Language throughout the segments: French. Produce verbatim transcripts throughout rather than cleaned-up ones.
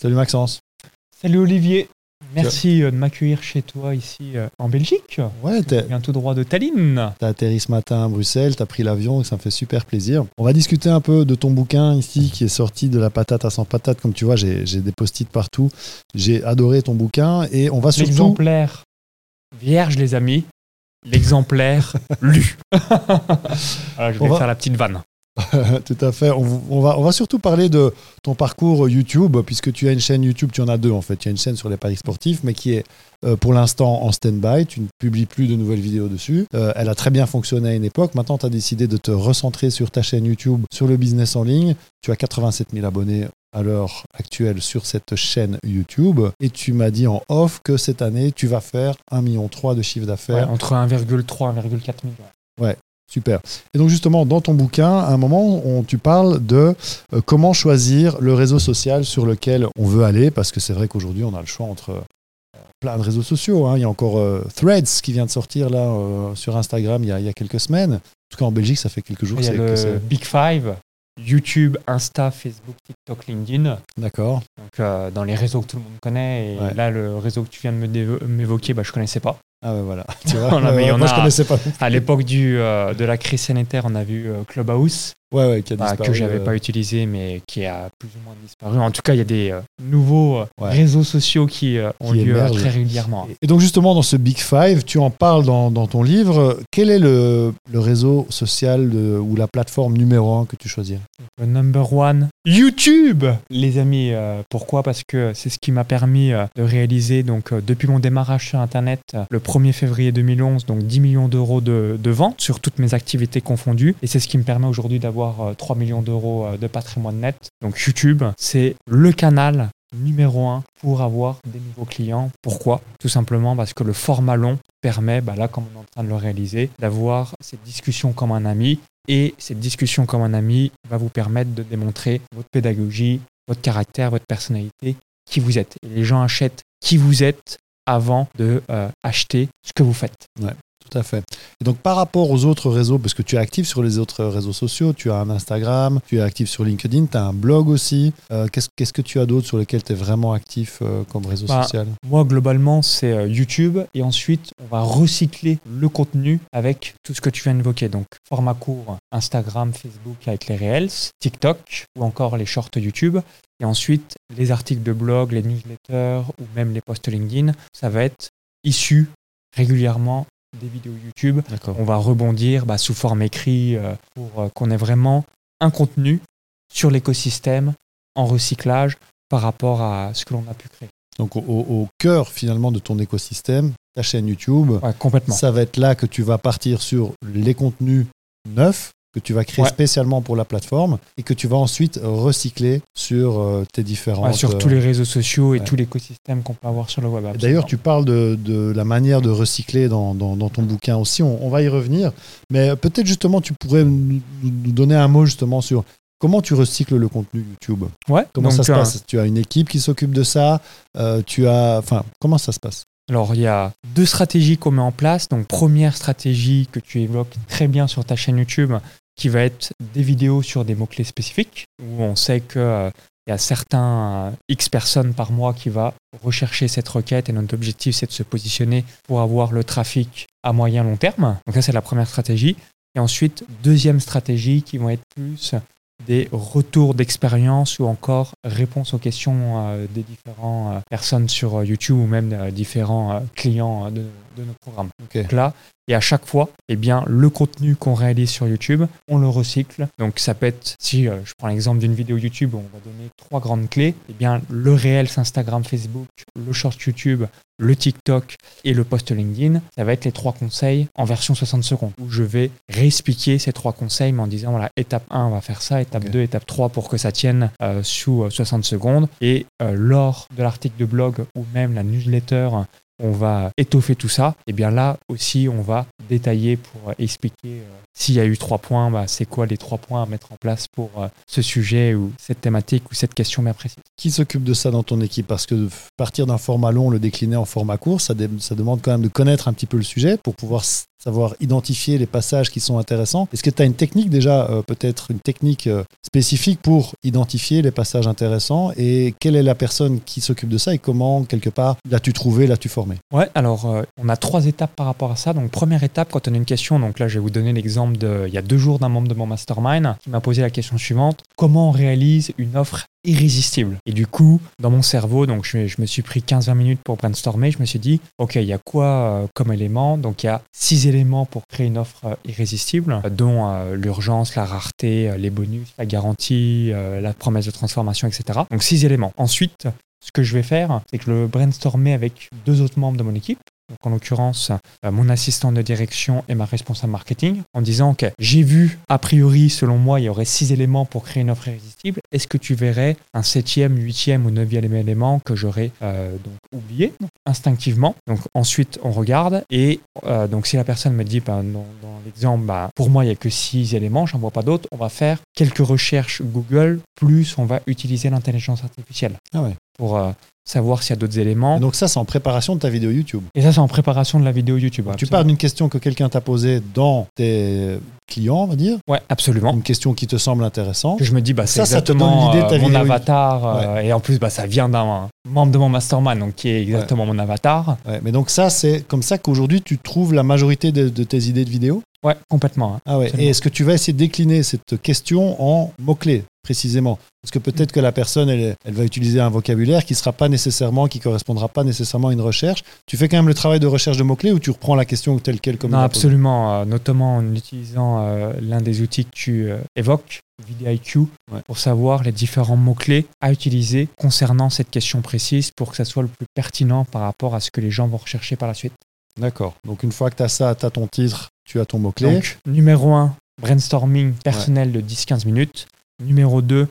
Salut Maxence. Salut Olivier. Merci de m'accueillir chez toi ici en Belgique. Ouais, je viens tout droit de Tallinn. Tu as atterri ce matin à Bruxelles, tu as pris l'avion, ça me fait super plaisir. On va discuter un peu de ton bouquin ici qui est sorti de la patate à cent patates. Comme tu vois, j'ai, j'ai des post-it partout. J'ai adoré ton bouquin et on va surtout... L'exemplaire vierge, les amis. L'exemplaire lu. Alors, je vais on va... faire la petite vanne. Tout à fait. On, on, va, on va surtout parler de ton parcours YouTube, puisque tu as une chaîne YouTube, tu en as deux en fait. Tu as une chaîne sur les paris sportifs, mais qui est euh, pour l'instant en stand-by. Tu ne publies plus de nouvelles vidéos dessus. Euh, elle a très bien fonctionné à une époque. Maintenant, tu as décidé de te recentrer sur ta chaîne YouTube, sur le business en ligne. Tu as quatre-vingt-sept mille abonnés à l'heure actuelle sur cette chaîne YouTube. Et tu m'as dit en off que cette année, tu vas faire un virgule trois million de chiffre d'affaires. Ouais, entre un virgule trois et un virgule quatre million. Ouais. Super. Et donc justement, dans ton bouquin, à un moment, on, tu parles de euh, comment choisir le réseau social sur lequel on veut aller, parce que c'est vrai qu'aujourd'hui, on a le choix entre euh, plein de réseaux sociaux. Hein. Il y a encore euh, Threads qui vient de sortir là euh, sur Instagram il y, a, il y a quelques semaines. En tout cas, en Belgique, ça fait quelques jours. Il y a c'est, le que c'est... Big Five, YouTube, Insta, Facebook, TikTok, LinkedIn. D'accord. Donc, euh, dans les réseaux que tout le monde connaît. Et ouais. Là, le réseau que tu viens de me dévo- m'évoquer, bah, je ne connaissais pas. Ah ouais, voilà. Tu vois, voilà, mais euh, moi, a, je connaissais pas. À l'époque du, euh, de la crise sanitaire, on a vu euh, Clubhouse. Ouais, ouais, qui a bah, disparu, que je n'avais euh... pas utilisé, mais qui a plus ou moins disparu. En tout cas, il y a des euh, nouveaux euh, ouais. réseaux sociaux qui euh, ont qui lieu émergent. très régulièrement. Et donc justement, dans ce Big Five, tu en parles dans, dans ton livre. Quel est le, le réseau social de, ou la plateforme numéro un que tu choisis ? Le number one, YouTube, les amis. Euh, pourquoi ? Parce que c'est ce qui m'a permis euh, de réaliser, donc, euh, depuis mon démarrage sur Internet, euh, le premier février deux mille onze, donc dix millions d'euros de, de ventes sur toutes mes activités confondues. Et c'est ce qui me permet aujourd'hui d'avoir euh, trois millions d'euros euh, de patrimoine net. Donc YouTube, c'est le canal numéro un pour avoir des nouveaux clients. Pourquoi ? Tout simplement parce que le format long permet, bah là comme on est en train de le réaliser, d'avoir cette discussion comme un ami. Et cette discussion comme un ami va vous permettre de démontrer votre pédagogie, votre caractère, votre personnalité, qui vous êtes. Et les gens achètent qui vous êtes avant de euh, acheter ce que vous faites. Ouais. Tout à fait. Et donc, par rapport aux autres réseaux, parce que tu es actif sur les autres réseaux sociaux, tu as un Instagram, tu es actif sur LinkedIn, tu as un blog aussi. Euh, qu'est-ce, qu'est-ce que tu as d'autre sur lesquels tu es vraiment actif euh, comme réseau bah, social ? Moi, globalement, c'est euh, YouTube. Et ensuite, on va recycler le contenu avec tout ce que tu viens d'évoquer. Donc, format court, Instagram, Facebook avec les Reels, TikTok ou encore les shorts YouTube. Et ensuite, les articles de blog, les newsletters ou même les posts LinkedIn, ça va être issu régulièrement des vidéos YouTube. D'accord. On va rebondir bah, sous forme écrit euh, pour euh, qu'on ait vraiment un contenu sur l'écosystème en recyclage par rapport à ce que l'on a pu créer. Donc au, au cœur finalement de ton écosystème, ta chaîne YouTube, ouais, complètement. Ça va être là que tu vas partir sur les contenus neufs que tu vas créer ouais. spécialement pour la plateforme et que tu vas ensuite recycler sur euh, tes différents... Ouais, sur tous les réseaux sociaux et ouais. tout l'écosystème qu'on peut avoir sur le web. Absolument. D'ailleurs, tu parles de, de la manière de recycler dans, dans, dans ton bouquin aussi, on, on va y revenir. Mais peut-être justement, tu pourrais nous, nous donner un mot justement sur comment tu recycles le contenu YouTube. Ouais, comment donc, ça se euh, passe ? Tu as une équipe qui s'occupe de ça euh, tu as... Enfin, comment ça se passe ? Alors, il y a deux stratégies qu'on met en place. Donc, première stratégie que tu évoques très bien sur ta chaîne YouTube, qui va être des vidéos sur des mots-clés spécifiques, où on sait qu'il euh, y a certains euh, X personnes par mois qui va rechercher cette requête et notre objectif, c'est de se positionner pour avoir le trafic à moyen long terme. Donc ça, c'est la première stratégie. Et ensuite, deuxième stratégie qui vont être plus des retours d'expérience ou encore réponses aux questions euh, des différentes euh, personnes sur euh, YouTube ou même euh, différents euh, clients euh, de, de notre programme. Okay. Donc là, et à chaque fois, eh bien, le contenu qu'on réalise sur YouTube, on le recycle. Donc ça peut être, si euh, je prends l'exemple d'une vidéo YouTube où on va donner trois grandes clés, eh bien, le Reels, Instagram, Facebook, le Short YouTube, le TikTok et le post LinkedIn, ça va être les trois conseils en version soixante secondes, où je vais réexpliquer ces trois conseils, mais en disant, voilà, étape un, on va faire ça, étape okay. deux, étape trois, pour que ça tienne euh, sous euh, soixante secondes. Et euh, lors de l'article de blog ou même la newsletter on va étoffer tout ça, et bien là aussi, on va détailler pour expliquer euh, s'il y a eu trois points, bah, c'est quoi les trois points à mettre en place pour euh, ce sujet ou cette thématique ou cette question bien précise. Qui s'occupe de ça dans ton équipe? Parce que partir d'un format long, le décliner en format court, ça, dé- ça demande quand même de connaître un petit peu le sujet pour pouvoir s- savoir identifier les passages qui sont intéressants. Est-ce que tu as une technique déjà, euh, peut-être une technique euh, spécifique pour identifier les passages intéressants, et quelle est la personne qui s'occupe de ça et comment, quelque part, l'as-tu trouvé, l'as-tu formé? Ouais, alors euh, on a trois étapes par rapport à ça. Donc première étape, quand on a une question, donc là je vais vous donner l'exemple de, il y a deux jours d'un membre de mon mastermind qui m'a posé la question suivante: comment on réalise une offre irrésistible? Et du coup, dans mon cerveau, donc je, je me suis pris quinze à vingt minutes pour brainstormer. Je me suis dit, ok, il y a quoi euh, comme élément? Donc il y a six éléments pour créer une offre euh, irrésistible, euh, dont euh, l'urgence, la rareté, euh, les bonus, la garantie, euh, la promesse de transformation, et cetera. Donc six éléments. Ensuite, ce que je vais faire, c'est que je vais brainstormer avec deux autres membres de mon équipe. Donc en l'occurrence, euh, mon assistant de direction et ma responsable marketing, en disant, ok, j'ai vu, a priori, selon moi, il y aurait six éléments pour créer une offre irrésistible. Est-ce que tu verrais un septième, huitième ou neuvième élément que j'aurais euh, donc oublié donc, instinctivement? Donc ensuite, on regarde et euh, donc si la personne me dit, bah, dans, dans l'exemple, bah, pour moi, il n'y a que six éléments, j'en vois pas d'autres, on va faire quelques recherches Google, plus on va utiliser l'intelligence artificielle. Ah ouais. Pour euh, savoir s'il y a d'autres éléments. Et donc ça, c'est en préparation de ta vidéo YouTube. Et ça, c'est en préparation de la vidéo YouTube. Tu parles d'une question que quelqu'un t'a posée dans tes clients, on va dire. Ouais, absolument. Une question qui te semble intéressante. Que je me dis, bah, c'est ça, ça te donne exactement l'idée de ta euh, mon vidéo. avatar. Euh, Ouais. Et en plus, bah, ça vient d'un membre de mon mastermind, donc qui est exactement ouais. mon avatar. Ouais, mais donc ça, c'est comme ça qu'aujourd'hui, tu trouves la majorité de, de tes idées de vidéo? Ouais, complètement. Hein. Ah ouais. Et est-ce que tu vas essayer de décliner cette question en mots-clés, précisément? Parce que peut-être que la personne, elle, elle va utiliser un vocabulaire qui sera pas nécessairement, qui correspondra pas nécessairement à une recherche. Tu fais quand même le travail de recherche de mots-clés ou tu reprends la question telle quelle comme Non, absolument. Euh, notamment en utilisant euh, l'un des outils que tu euh, évoques, vidIQ, ouais. pour savoir les différents mots-clés à utiliser concernant cette question précise pour que ça soit le plus pertinent par rapport à ce que les gens vont rechercher par la suite. D'accord. Donc une fois que tu as ça, tu as ton titre, tu as ton mot-clé. Donc, numéro un, brainstorming personnel ouais. de dix à quinze minutes. Numéro deux,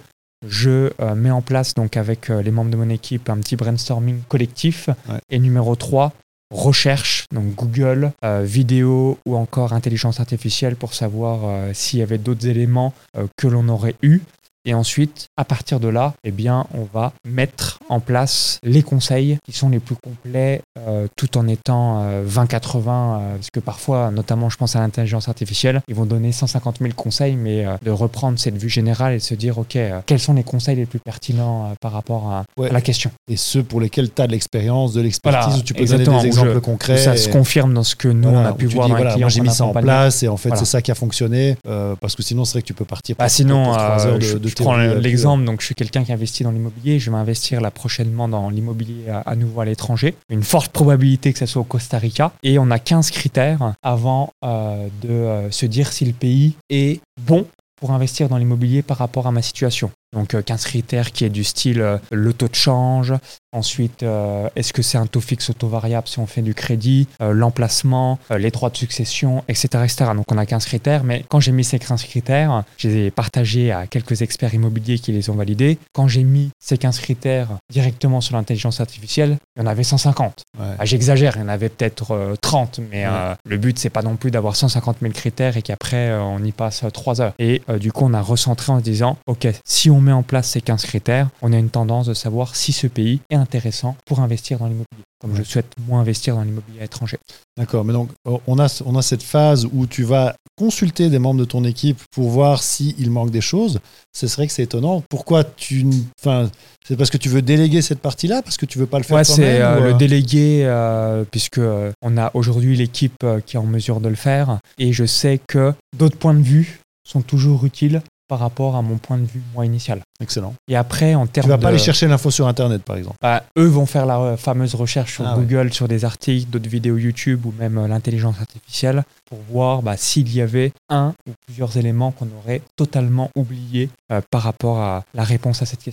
je euh, mets en place donc avec euh, les membres de mon équipe un petit brainstorming collectif. Ouais. Et numéro trois, recherche, donc Google, euh, vidéo ou encore intelligence artificielle pour savoir euh, s'il y avait d'autres éléments euh, que l'on aurait eu. Et ensuite, à partir de là, eh bien, on va mettre en place les conseils qui sont les plus complets, euh, tout en étant euh, vingt quatre-vingts, euh, parce que parfois, notamment, je pense à l'intelligence artificielle, ils vont donner cent cinquante mille conseils, mais euh, de reprendre cette vue générale et de se dire, OK, euh, quels sont les conseils les plus pertinents euh, par rapport à, ouais. à la question. Et ceux pour lesquels tu as de l'expérience, de l'expertise, voilà, où tu peux donner des exemples je, concrets. Ça et... se confirme dans ce que nous, voilà, on a pu voir dis, dans voilà, les clients. Moi, j'ai mis ça en place et en fait, voilà. c'est ça qui a fonctionné, euh, parce que sinon, c'est vrai que tu peux partir pour, bah, sinon, pour trois heures de, je, de je prends l'exemple, donc je suis quelqu'un qui investit dans l'immobilier, je vais investir là prochainement dans l'immobilier à, à nouveau à l'étranger. Une forte probabilité que ça soit au Costa Rica. Et on a quinze critères avant euh, de euh, se dire si le pays est bon pour investir dans l'immobilier par rapport à ma situation. Donc euh, quinze critères qui est du style euh, le taux de change, ensuite euh, est-ce que c'est un taux fixe ou taux variable si on fait du crédit, euh, l'emplacement, euh, les droits de succession, et cetera, et cetera. Donc on a quinze critères, mais quand j'ai mis ces quinze critères, je les ai partagés à quelques experts immobiliers qui les ont validés. Quand j'ai mis ces quinze critères directement sur l'intelligence artificielle, il y en avait cent cinquante. Ouais. Ah, j'exagère, il y en avait peut-être euh, trente, mais ouais. euh, le but c'est pas non plus d'avoir cent cinquante mille critères et qu'après euh, on y passe euh, trois heures. Et euh, du coup on a recentré en se disant, ok, si on met en place ces quinze critères, on a une tendance de savoir si ce pays est intéressant pour investir dans l'immobilier. Comme ouais. je souhaite moins investir dans l'immobilier à l'étranger. D'accord, mais donc on a, on a cette phase où tu vas consulter des membres de ton équipe pour voir s'il manque des choses. Ce serait que c'est étonnant. Pourquoi tu... Enfin, c'est parce que tu veux déléguer cette partie-là, parce que tu veux pas le faire ouais, toi-même? C'est euh, ou... le déléguer, euh, puisque euh, on a aujourd'hui l'équipe euh, qui est en mesure de le faire. Et je sais que d'autres points de vue sont toujours utiles par rapport à mon point de vue moi initial. Excellent. Et après, en termes tu vas de... pas aller chercher l'info sur Internet, par exemple. Bah, eux vont faire la euh, fameuse recherche sur ah, Google, ouais. sur des articles, d'autres vidéos YouTube ou même euh, l'intelligence artificielle pour voir bah, s'il y avait un ou plusieurs éléments qu'on aurait totalement oubliés euh, par rapport à la réponse à cette question.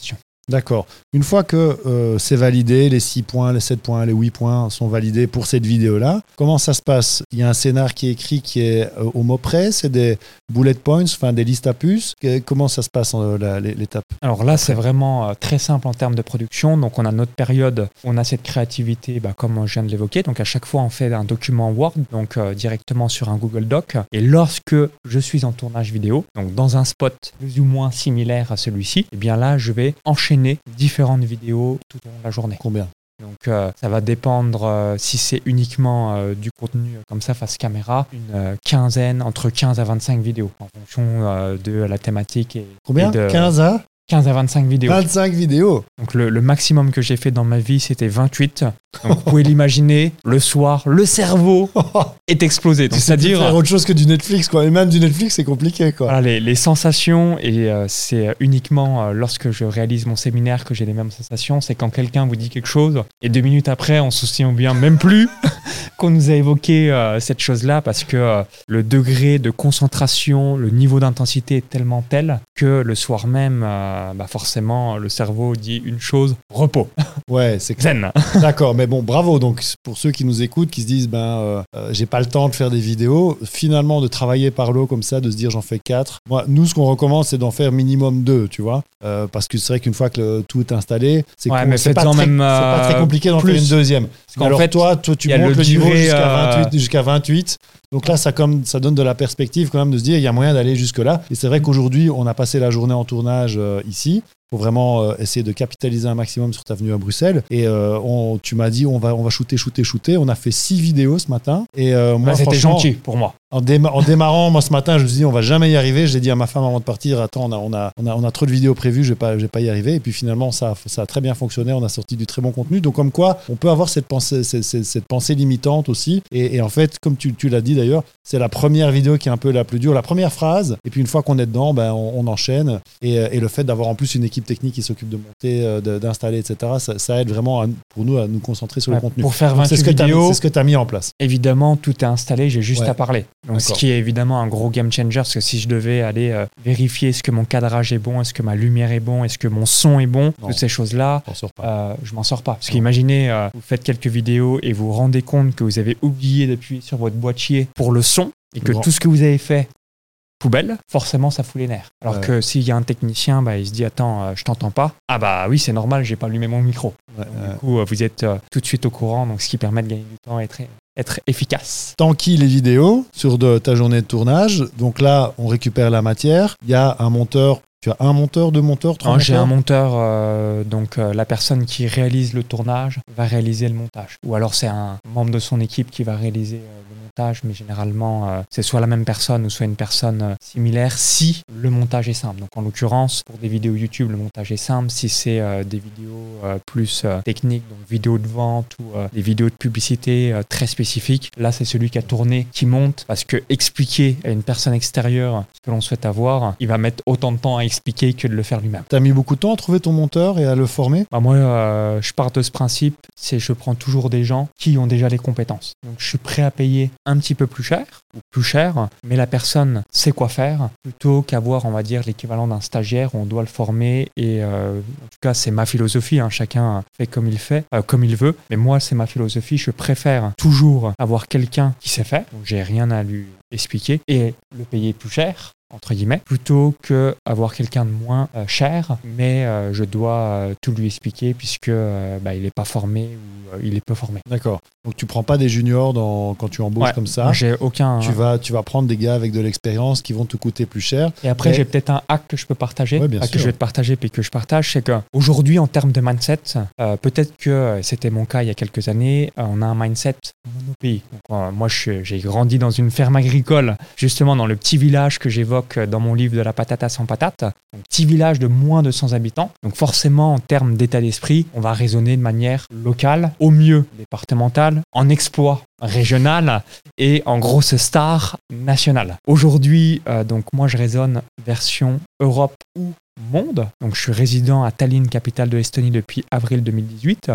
D'accord. Une fois que euh, c'est validé, les six points, les sept points, les huit points sont validés pour cette vidéo-là, comment ça se passe? Il y a un scénar qui est écrit qui est euh, au mot près, c'est des bullet points, enfin des listes à puces. Que, comment ça se passe euh, la, l'étape? Alors là, c'est vraiment euh, très simple en termes de production. Donc on a notre période, on a cette créativité, bah, comme je viens de l'évoquer. Donc à chaque fois, on fait un document Word, donc euh, directement sur un Google Doc. Et lorsque je suis en tournage vidéo, donc dans un spot plus ou moins similaire à celui-ci, et bien là, je vais enchaîner différentes vidéos tout au long de la journée. Combien? Donc euh, ça va dépendre euh, si c'est uniquement euh, du contenu euh, comme ça face caméra, une euh, quinzaine, entre quinze à vingt-cinq vidéos en fonction euh, de la thématique. Et, Combien? et de, quinze à quinze à vingt-cinq vidéos. vingt-cinq vidéos. Donc le, le maximum que j'ai fait dans ma vie, c'était vingt-huit. Donc vous pouvez l'imaginer, le soir, le cerveau est explosé. Donc, c'est-à-dire faire autre chose que du Netflix, quoi. Et même du Netflix, c'est compliqué, quoi. Voilà, les, les sensations, et euh, c'est uniquement euh, lorsque je réalise mon séminaire que j'ai les mêmes sensations, c'est quand quelqu'un vous dit quelque chose, et deux minutes après, on se souvient même plus qu'on nous a évoqué euh, cette chose-là, parce que euh, le degré de concentration, le niveau d'intensité est tellement tel que le soir même, euh, bah forcément, le cerveau dit une chose, repos. Ouais, c'est zen. D'accord, mais bon, bravo. Donc, pour ceux qui nous écoutent, qui se disent, ben, euh, euh, j'ai pas le temps de faire des vidéos, finalement, de travailler par lot comme ça, de se dire, j'en fais quatre. Moi, nous, ce qu'on recommande, c'est d'en faire minimum deux, tu vois, euh, parce que c'est vrai qu'une fois que le, tout est installé, c'est, ouais, con, mais c'est, pas, très, même, euh, c'est pas très compliqué d'en plus. faire une deuxième. Alors, fait, toi, toi, tu montes le, le niveau durée, jusqu'à vingt-huit, euh... jusqu'à vingt-huit. Donc là, ça, comme, ça donne de la perspective quand même de se dire, il y a moyen d'aller jusque-là. Et c'est vrai qu'aujourd'hui, on a passé la journée en tournage euh, ici. Pour vraiment euh, essayer de capitaliser un maximum sur ta venue à Bruxelles. Et euh, on, tu m'as dit, on va, on va shooter, shooter, shooter. On a fait six vidéos ce matin. Et euh, moi, bah, c'était gentil pour moi. En, déma- en démarrant, moi, ce matin, je me suis dit, on va jamais y arriver. J'ai dit à ma femme avant de partir, attends, on a, on a, on a, on a trop de vidéos prévues, je vais pas, je vais pas y arriver. Et puis finalement, ça, ça a très bien fonctionné. On a sorti du très bon contenu. Donc, comme quoi, on peut avoir cette pensée, cette, cette, cette pensée limitante aussi. Et, et en fait, comme tu, tu l'as dit d'ailleurs, c'est la première vidéo qui est un peu la plus dure, la première phrase. Et puis une fois qu'on est dedans, ben, on, on enchaîne. Et, et le fait d'avoir en plus une équipe technique qui s'occupe de monter, de, d'installer, et cetera, ça, ça aide vraiment à, pour nous à nous concentrer sur ouais, le contenu. Pour faire vingt-huit c'est ce que vidéos, c'est ce que tu as mis en place. Évidemment, tout est installé, j'ai juste ouais. à parler. Donc, D'accord. ce qui est évidemment un gros game changer, parce que si je devais aller euh, vérifier est-ce que mon cadrage est bon, est-ce que ma lumière est bon, est-ce que mon son est bon, non. toutes ces choses-là, euh, je m'en sors pas. Parce non. qu'imaginez, euh, vous faites quelques vidéos et vous vous rendez compte que vous avez oublié d'appuyer sur votre boîtier pour le son et que bon. tout ce que vous avez fait poubelle, forcément ça fout les nerfs. Alors ouais. que s'il y a un technicien, bah, il se dit attends, euh, je t'entends pas. Ah bah oui, c'est normal, j'ai pas allumé mon micro. Ouais, donc, ouais. Du coup, euh, vous êtes euh, tout de suite au courant, donc ce qui permet de gagner du temps et très être efficace. T'enquilles les vidéos sur de ta journée de tournage. Donc là, on récupère la matière. Il y a un monteur. Tu as un monteur, deux monteurs, trois non, monteurs? J'ai un monteur, euh, donc euh, la personne qui réalise le tournage va réaliser le montage. Ou alors c'est un membre de son équipe qui va réaliser euh, le montage, mais généralement euh, c'est soit la même personne ou soit une personne euh, similaire si le montage est simple. Donc en l'occurrence, pour des vidéos YouTube, le montage est simple. Si c'est euh, des vidéos euh, plus euh, techniques, donc vidéos de vente ou euh, des vidéos de publicité euh, très spécifiques, là c'est celui qui a tourné qui monte, parce que expliquer à une personne extérieure ce que l'on souhaite avoir, il va mettre autant de temps à expliquer que de le faire lui-même. T'as mis beaucoup de temps à trouver ton monteur et à le former? Bah moi, euh, je pars de ce principe, c'est je prends toujours des gens qui ont déjà les compétences. Donc je suis prêt à payer un petit peu plus cher, ou plus cher, mais la personne sait quoi faire, plutôt qu'avoir, on va dire, l'équivalent d'un stagiaire où on doit le former. Et euh, en tout cas, c'est ma philosophie, hein, chacun fait comme il fait, euh, comme il veut. Mais moi, c'est ma philosophie, je préfère toujours avoir quelqu'un qui sait faire, donc j'ai rien à lui expliquer, et le payer plus cher, entre guillemets, plutôt que avoir quelqu'un de moins euh, cher, mais euh, je dois euh, tout lui expliquer puisque euh, bah, il n'est pas formé ou euh, il est peu formé. D'accord. Donc tu prends pas des juniors dans, quand tu embauches ouais, comme ça. Moi, j'ai aucun. Tu vas, tu vas prendre des gars avec de l'expérience qui vont te coûter plus cher. Et après, mais... j'ai peut-être un hack que je peux partager, ouais, bien que sûr. je vais te partager puis que je partage, c'est qu'aujourd'hui, en termes de mindset, euh, peut-être que c'était mon cas il y a quelques années, euh, on a un mindset monopays. Donc, euh, moi, je, j'ai grandi dans une ferme agricole, justement dans le petit village que j'évoque dans mon livre de la patata sans patate, un petit village de moins de cent habitants. Donc forcément, en termes d'état d'esprit, on va raisonner de manière locale, au mieux départementale, en exploit régional et en grosse star nationale. Aujourd'hui, euh, donc moi je raisonne version Europe ou monde. Donc je suis résident à Tallinn, capitale de l'Estonie, depuis avril deux mille dix-huit.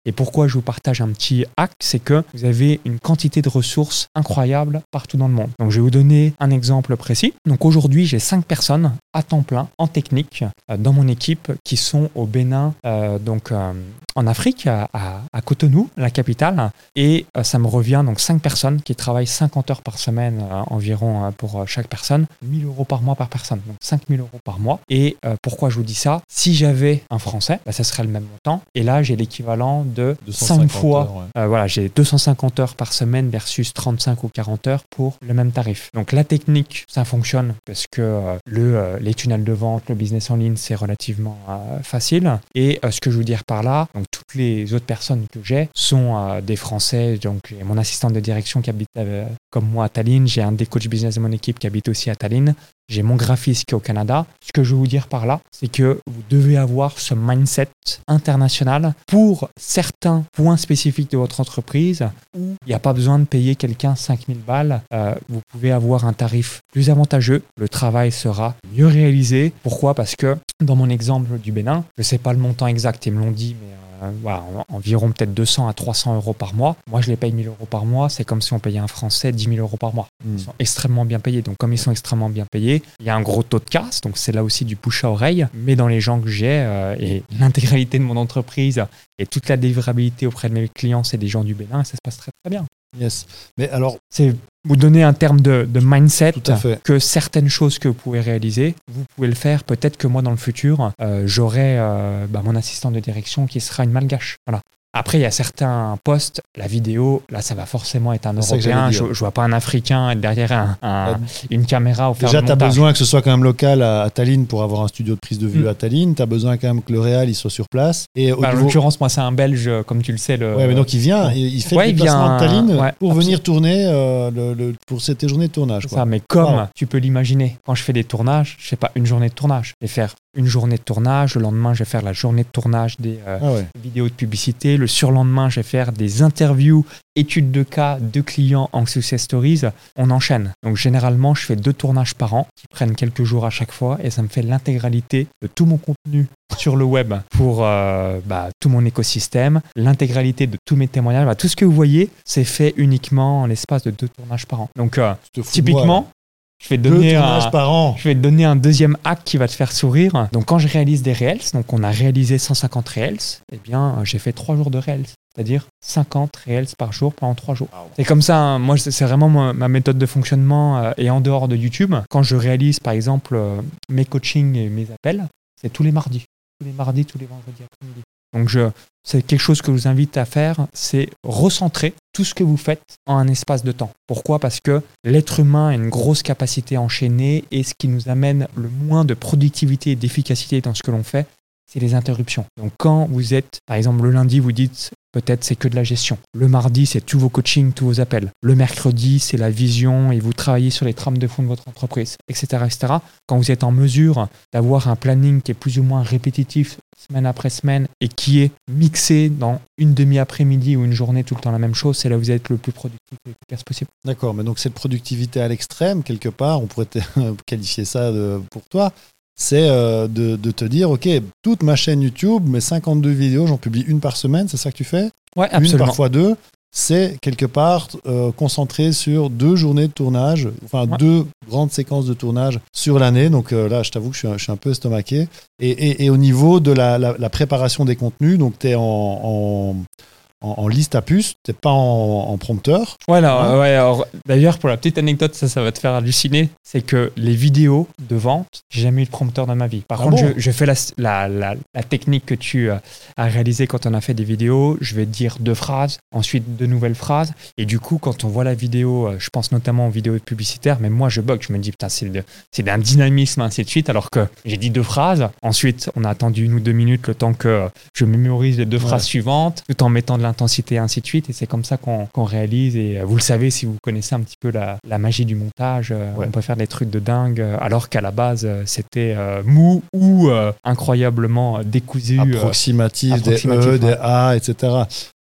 Et pourquoi je vous partage un petit hack, c'est que vous avez une quantité de ressources incroyable partout dans le monde. Donc je vais vous donner un exemple précis. Donc aujourd'hui, j'ai cinq personnes à temps plein en technique euh, dans mon équipe qui sont au Bénin, euh, donc euh, en Afrique, à, à, à Cotonou, la capitale. Et euh, ça me revient donc cinq personnes qui travaillent cinquante heures par semaine euh, environ euh, pour euh, chaque personne, mille euros par mois par personne, donc cinq mille euros par mois. Et euh, pourquoi je vous dis ça? Si j'avais un Français, bah, ça serait le même montant. Et là, j'ai l'équivalent de cinq fois. Heures, ouais. euh, voilà, j'ai deux cent cinquante heures par semaine versus trente-cinq ou quarante heures pour le même tarif. Donc la technique, ça fonctionne parce que euh, le, euh, les tunnels de vente, le business en ligne, c'est relativement euh, facile. Et euh, ce que je veux dire par là, donc toutes les autres personnes que j'ai sont euh, des Français. Donc j'ai mon assistante de direction qui habite euh, comme moi à Tallinn. J'ai un des coachs business de mon équipe qui habite aussi à Tallinn. J'ai mon graphiste qui est au Canada. Ce que je veux vous dire par là, c'est que vous devez avoir ce mindset international pour certains points spécifiques de votre entreprise où il n'y a pas besoin de payer quelqu'un cinq mille balles. Euh, vous pouvez avoir un tarif plus avantageux. Le travail sera mieux réalisé. Pourquoi? Parce que dans mon exemple du Bénin, je ne sais pas le montant exact, ils me l'ont dit, mais euh, voilà, environ peut-être deux cents à trois cents euros par mois. Moi, je les paye mille euros par mois. C'est comme si on payait un Français dix mille euros par mois. Ils sont extrêmement bien payés. Donc, comme ils sont extrêmement bien payés, il y a un gros taux de casse. Donc, c'est là aussi du bouche à oreille. Mais dans les gens que j'ai euh, et l'intégralité de mon entreprise et toute la délivrabilité auprès de mes clients, c'est des gens du Bénin et ça se passe très, très bien. Yes. Mais alors, c'est vous donner un terme de, de mindset Tout à fait. que certaines choses que vous pouvez réaliser, vous pouvez le faire. Peut-être que moi, dans le futur, euh, j'aurai euh, bah, mon assistant de direction qui sera une malgache. Voilà. Après, il y a certains postes, la vidéo, là, ça va forcément être un Européen. Je ne vois pas un Africain être derrière un, un, euh, une caméra ou faire déjà, le tu as montage. besoin que ce soit quand même local à, à Tallinn pour avoir un studio de prise de vue Mm. à Tallinn. Tu as besoin quand même que le réal il soit sur place. Et au Bah, niveau... En l'occurrence, moi, c'est un Belge, comme tu le sais. Le... Ouais, mais donc il vient, il, il fait Ouais, le il déplacement vient, de Tallinn ouais, pour absolument. venir tourner euh, le, le, pour cette journée de tournage. C'est Quoi. ça, mais comme Wow. tu peux l'imaginer, quand je fais des tournages, je ne fais pas une journée de tournage. Je vais faire une journée de tournage, le lendemain, je vais faire la journée de tournage des euh, Ah ouais. vidéos de publicité, le surlendemain, je vais faire des interviews, études de cas de clients en success stories. On enchaîne. Donc généralement, je fais deux tournages par an qui prennent quelques jours à chaque fois et ça me fait l'intégralité de tout mon contenu sur le web pour euh, bah, tout mon écosystème, l'intégralité de tous mes témoignages. Bah, tout ce que vous voyez, c'est fait uniquement en l'espace de deux tournages par an. Donc euh, Tu te fous de typiquement, moi, je vais deux donner tournages un, par an. je vais te donner un deuxième hack qui va te faire sourire. Donc, quand je réalise des reels, donc on a réalisé cent cinquante reels, eh bien, j'ai fait trois jours de reels, c'est-à-dire cinquante reels par jour pendant trois jours. Wow. C'est comme ça, hein. Moi, c'est c'est vraiment ma, ma méthode de fonctionnement euh, et en dehors de YouTube. Quand je réalise, par exemple, euh, mes coachings et mes appels, c'est tous les mardis. Tous les mardis, tous les vendredis après-midi. Donc, je, c'est quelque chose que je vous invite à faire, c'est recentrer tout ce que vous faites en un espace de temps. Pourquoi? Parce que l'être humain a une grosse capacité à enchaîner et ce qui nous amène le moins de productivité et d'efficacité dans ce que l'on fait, c'est les interruptions. Donc quand vous êtes, par exemple le lundi, vous dites peut-être c'est que de la gestion. Le mardi, c'est tous vos coachings, tous vos appels. Le mercredi, c'est la vision et vous travaillez sur les trames de fond de votre entreprise, et cetera, et cetera. Quand vous êtes en mesure d'avoir un planning qui est plus ou moins répétitif semaine après semaine et qui est mixé dans une demi-après-midi ou une journée tout le temps la même chose, c'est là où vous êtes le plus productif et le plus efficace possible. D'accord, mais donc cette productivité à l'extrême, quelque part, on pourrait te- qualifier ça de, pour toi, c'est euh, de, de te dire, ok, toute ma chaîne YouTube, mes cinquante-deux vidéos, j'en publie une par semaine, c'est ça que tu fais? Ouais, Une absolument. parfois deux, c'est quelque part euh, concentré sur deux journées de tournage, enfin Ouais. deux grandes séquences de tournage sur l'année. Donc euh, là, je t'avoue que je suis, un, je suis un peu estomaqué. Et, et, et au niveau de la, la, la préparation des contenus, donc tu es en, en, en, en liste à puce, tu n'es pas en, en prompteur. Voilà, Ouais. ouais, alors, d'ailleurs, pour la petite anecdote, ça, ça va te faire halluciner, c'est que les vidéos de vente, j'ai jamais eu de prompteur dans ma vie. Par Ah contre, bon je, je fais la, la, la, la technique que tu euh, as réalisée quand on a fait des vidéos. Je vais dire deux phrases, ensuite deux nouvelles phrases. Et du coup, quand on voit la vidéo, euh, je pense notamment aux vidéos publicitaires, mais moi, je bug. Je me dis, putain, c'est, de, c'est d'un dynamisme, ainsi de suite, alors que j'ai dit deux phrases. Ensuite, on a attendu une ou deux minutes le temps que je mémorise les deux Ouais. phrases suivantes, tout en mettant de l'intensité, ainsi de suite. Et c'est comme ça qu'on, qu'on réalise. Et euh, vous le savez, si vous connaissez un petit peu la, la magie du montage, euh, Ouais. on peut faire des trucs de dingue, euh, alors qu'à la base, euh, c'était euh, mou ou euh, incroyablement euh, décousu. euh, Approximatif, des approximatif, E, des ouais. A, et cetera.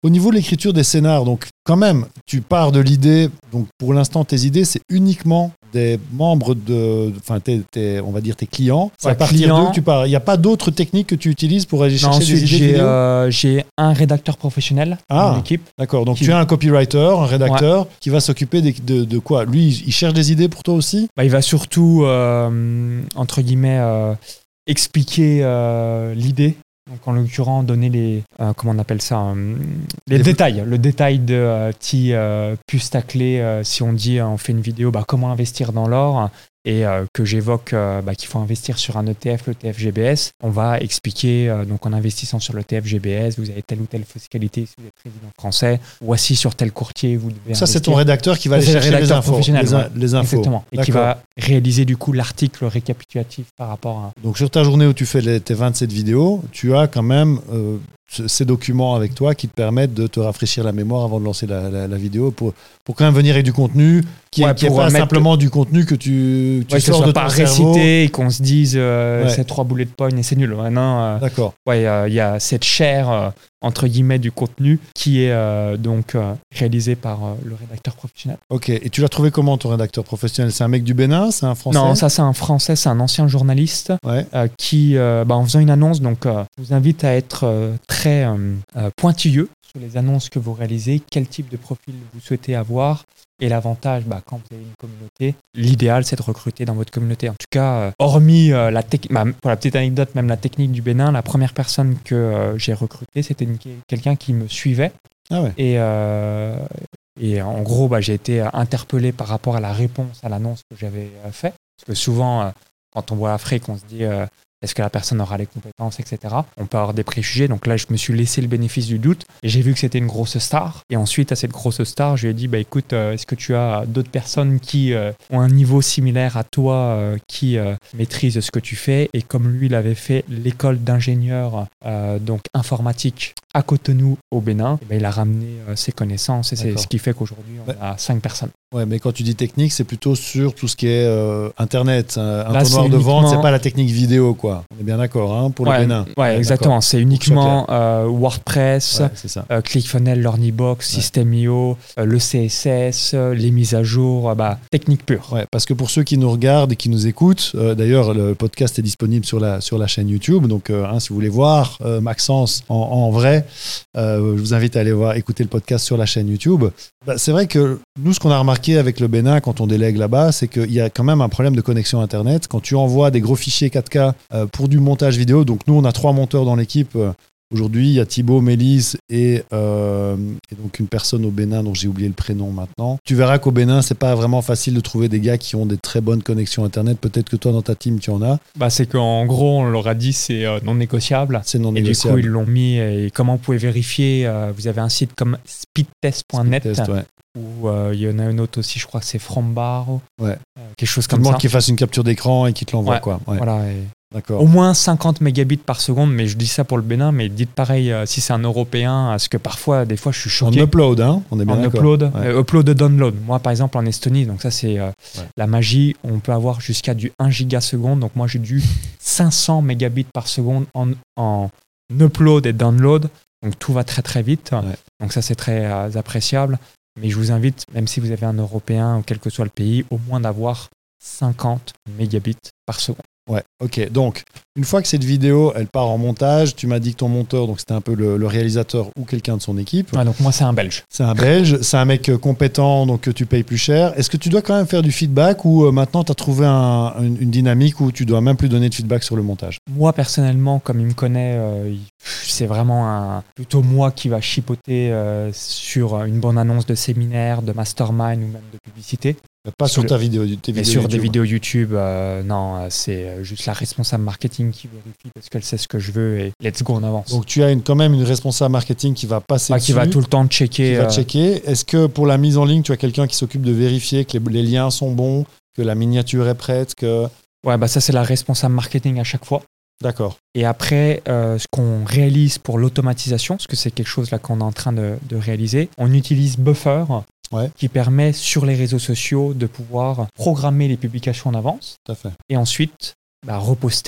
Au niveau de l'écriture des scénars, donc quand même, tu pars de l'idée. Donc pour l'instant, tes idées, c'est uniquement des membres de, enfin, tes, tes, on va dire tes clients. C'est ouais, à partir client. d'eux que tu pars. Il n'y a pas d'autres techniques que tu utilises pour aller chercher non, ensuite, des idées j'ai, vidéo. euh, j'ai un rédacteur professionnel ah, dans l'équipe. D'accord. Donc qui... tu as un copywriter, un rédacteur ouais. qui va s'occuper de, de, de quoi? Lui, il cherche des idées pour toi aussi? Bah, il va surtout, euh, entre guillemets, euh, expliquer euh, l'idée. Donc en l'occurrence, donner les, euh, comment on appelle ça, euh, les, les détails, le détail de euh, qui euh, puce ta clé, euh, si on dit, on fait une vidéo, bah, comment investir dans l'or, et euh, que j'évoque euh, bah, qu'il faut investir sur un E T F, l'E T F G B S. On va expliquer, euh, donc en investissant sur l'E T F G B S, vous avez telle ou telle fiscalité si vous êtes résident français, ou assis sur tel courtier, vous devez Ça, investir. c'est ton rédacteur qui va aller chercher les infos. Les, in- ouais. les infos. Exactement. Et D'accord. qui va réaliser du coup l'article récapitulatif par rapport à... Donc sur ta journée où tu fais les, tes vingt-sept vidéos, tu as quand même euh, ces documents avec toi qui te permettent de te rafraîchir la mémoire avant de lancer la, la, la vidéo pour, pour quand même venir avec du contenu qui n'est ouais, pas simplement du contenu que tu, tu ouais, sors que ce de soit ton pas cerveau. récité et qu'on se dise euh, ouais. c'est trois boulets de pogne et c'est nul. Maintenant, euh, D'accord. Il ouais, euh, y a cette chair euh, entre guillemets du contenu qui est euh, donc euh, réalisé par euh, le rédacteur professionnel. Ok. Et tu l'as trouvé comment ton rédacteur professionnel? C'est un mec du Bénin? C'est un Français? Non, ça c'est un Français, c'est un ancien journaliste ouais. euh, qui, euh, bah, en faisant une annonce, donc euh, je vous invite à être euh, très euh, pointilleux sur les annonces que vous réalisez, quel type de profil vous souhaitez avoir. Et l'avantage, bah, quand vous avez une communauté, l'idéal, c'est de recruter dans votre communauté. En tout cas, euh, hormis euh, la technique, bah, pour la petite anecdote, même la technique du Bénin, la première personne que euh, j'ai recrutée, c'était une... quelqu'un qui me suivait. Ah ouais. Et, euh, et en gros, bah, j'ai été interpellé par rapport à la réponse à l'annonce que j'avais euh, faite. Parce que souvent, euh, quand on voit Afrique, on se dit... Euh, est-ce que la personne aura les compétences, et cetera. On peut avoir des préjugés. Donc là, je me suis laissé le bénéfice du doute et j'ai vu que c'était une grosse star. Et ensuite, à cette grosse star, je lui ai dit, bah, écoute, euh, est-ce que tu as d'autres personnes qui euh, ont un niveau similaire à toi, euh, qui euh, maîtrisent ce que tu fais? Et comme lui, il avait fait l'école d'ingénieur euh, donc informatique à Cotonou, au Bénin, et ben, il a ramené euh, ses connaissances et c'est ce qui fait qu'aujourd'hui, on ouais. a cinq personnes. Ouais, mais quand tu dis technique, c'est plutôt sur tout ce qui est euh, Internet. Un Là, tourneur de uniquement... vente, c'est pas la technique vidéo, quoi. On est bien d'accord, hein, pour ouais, le Bénin. Ouais, ouais exactement. C'est uniquement euh, WordPress, ouais, euh, ClickFunnels, LearnyBox, ouais. System point i o, euh, le C S S, euh, les mises à jour, euh, bah, technique pure. Ouais, parce que pour ceux qui nous regardent et qui nous écoutent, euh, d'ailleurs, le podcast est disponible sur la, sur la chaîne YouTube. Donc, euh, hein, si vous voulez voir euh, Maxence en, en vrai, euh, je vous invite à aller voir, écouter le podcast sur la chaîne YouTube. Bah, c'est vrai que nous, ce qu'on a remarqué avec le Bénin quand on délègue là-bas, c'est qu'il y a quand même un problème de connexion Internet. Quand tu envoies des gros fichiers quatre K euh, pour du montage vidéo, donc nous, on a trois monteurs dans l'équipe. Euh, Aujourd'hui, il y a Thibaut, Mélise et, euh, et donc une personne au Bénin dont j'ai oublié le prénom maintenant. Tu verras qu'au Bénin, c'est pas vraiment facile de trouver des gars qui ont des très bonnes connexions Internet. Peut-être que toi, dans ta team, tu en as. Bah, c'est qu'en gros, on leur a dit c'est euh, non négociable. C'est non et négociable. Et du coup, ils l'ont mis. Et comment vous pouvez vérifier euh, vous avez un site comme speedtest point net. Speedtest, ouais. Ou il euh, y en a une autre aussi, je crois que c'est Frombar. Ouais. Euh, quelque chose tout comme ça. Qu'il fasse une capture d'écran et qu'il te l'envoie. Ouais. Quoi. Ouais. Voilà. Et... D'accord. Au moins cinquante mégabits par seconde, mais je dis ça pour le Bénin, mais dites pareil euh, si c'est un Européen, parce que parfois, des fois, je suis choqué. En upload, hein, on est bien en d'accord. upload, ouais. euh, upload et download. Moi, par exemple, en Estonie, donc ça, c'est euh, ouais. la magie, on peut avoir jusqu'à du un gigaseconde. Donc moi, j'ai du cinq cents mégabits par seconde en, en upload et download. Donc tout va très, très vite. Ouais. Donc ça, c'est très euh, appréciable. Mais je vous invite, même si vous avez un Européen ou quel que soit le pays, au moins d'avoir cinquante mégabits par seconde. Ouais, ok. Donc, une fois que cette vidéo, elle part en montage, tu m'as dit que ton monteur, donc c'était un peu le, le réalisateur ou quelqu'un de son équipe. Ouais, donc moi, c'est un Belge. C'est un Belge, c'est un mec compétent, donc que tu payes plus cher. Est-ce que tu dois quand même faire du feedback ou euh, maintenant tu as trouvé un, une, une dynamique où tu dois même plus donner de feedback sur le montage? Moi, personnellement, comme il me connaît, euh, c'est vraiment un, plutôt moi qui va chipoter euh, sur une bonne annonce de séminaire, de mastermind ou même de publicité. Pas sur, sur ta vidéo, tes mais vidéos sur YouTube. des vidéos YouTube, euh, non, c'est juste la responsable marketing qui vérifie parce qu'elle sait ce que je veux et let's go, on avance. Donc tu as une, quand même une responsable marketing qui va passer ah, dessus, qui va tout le temps checker. Qui va euh... checker. Est-ce que pour la mise en ligne, tu as quelqu'un qui s'occupe de vérifier que les, les liens sont bons, que la miniature est prête, que... Ouais, bah ça c'est la responsable marketing à chaque fois. D'accord. Et après, euh, ce qu'on réalise pour l'automatisation, parce que c'est quelque chose là qu'on est en train de, de réaliser, on utilise Buffer. Ouais. Qui permet sur les réseaux sociaux de pouvoir programmer les publications en avance. Tout à fait. Et ensuite bah, reposter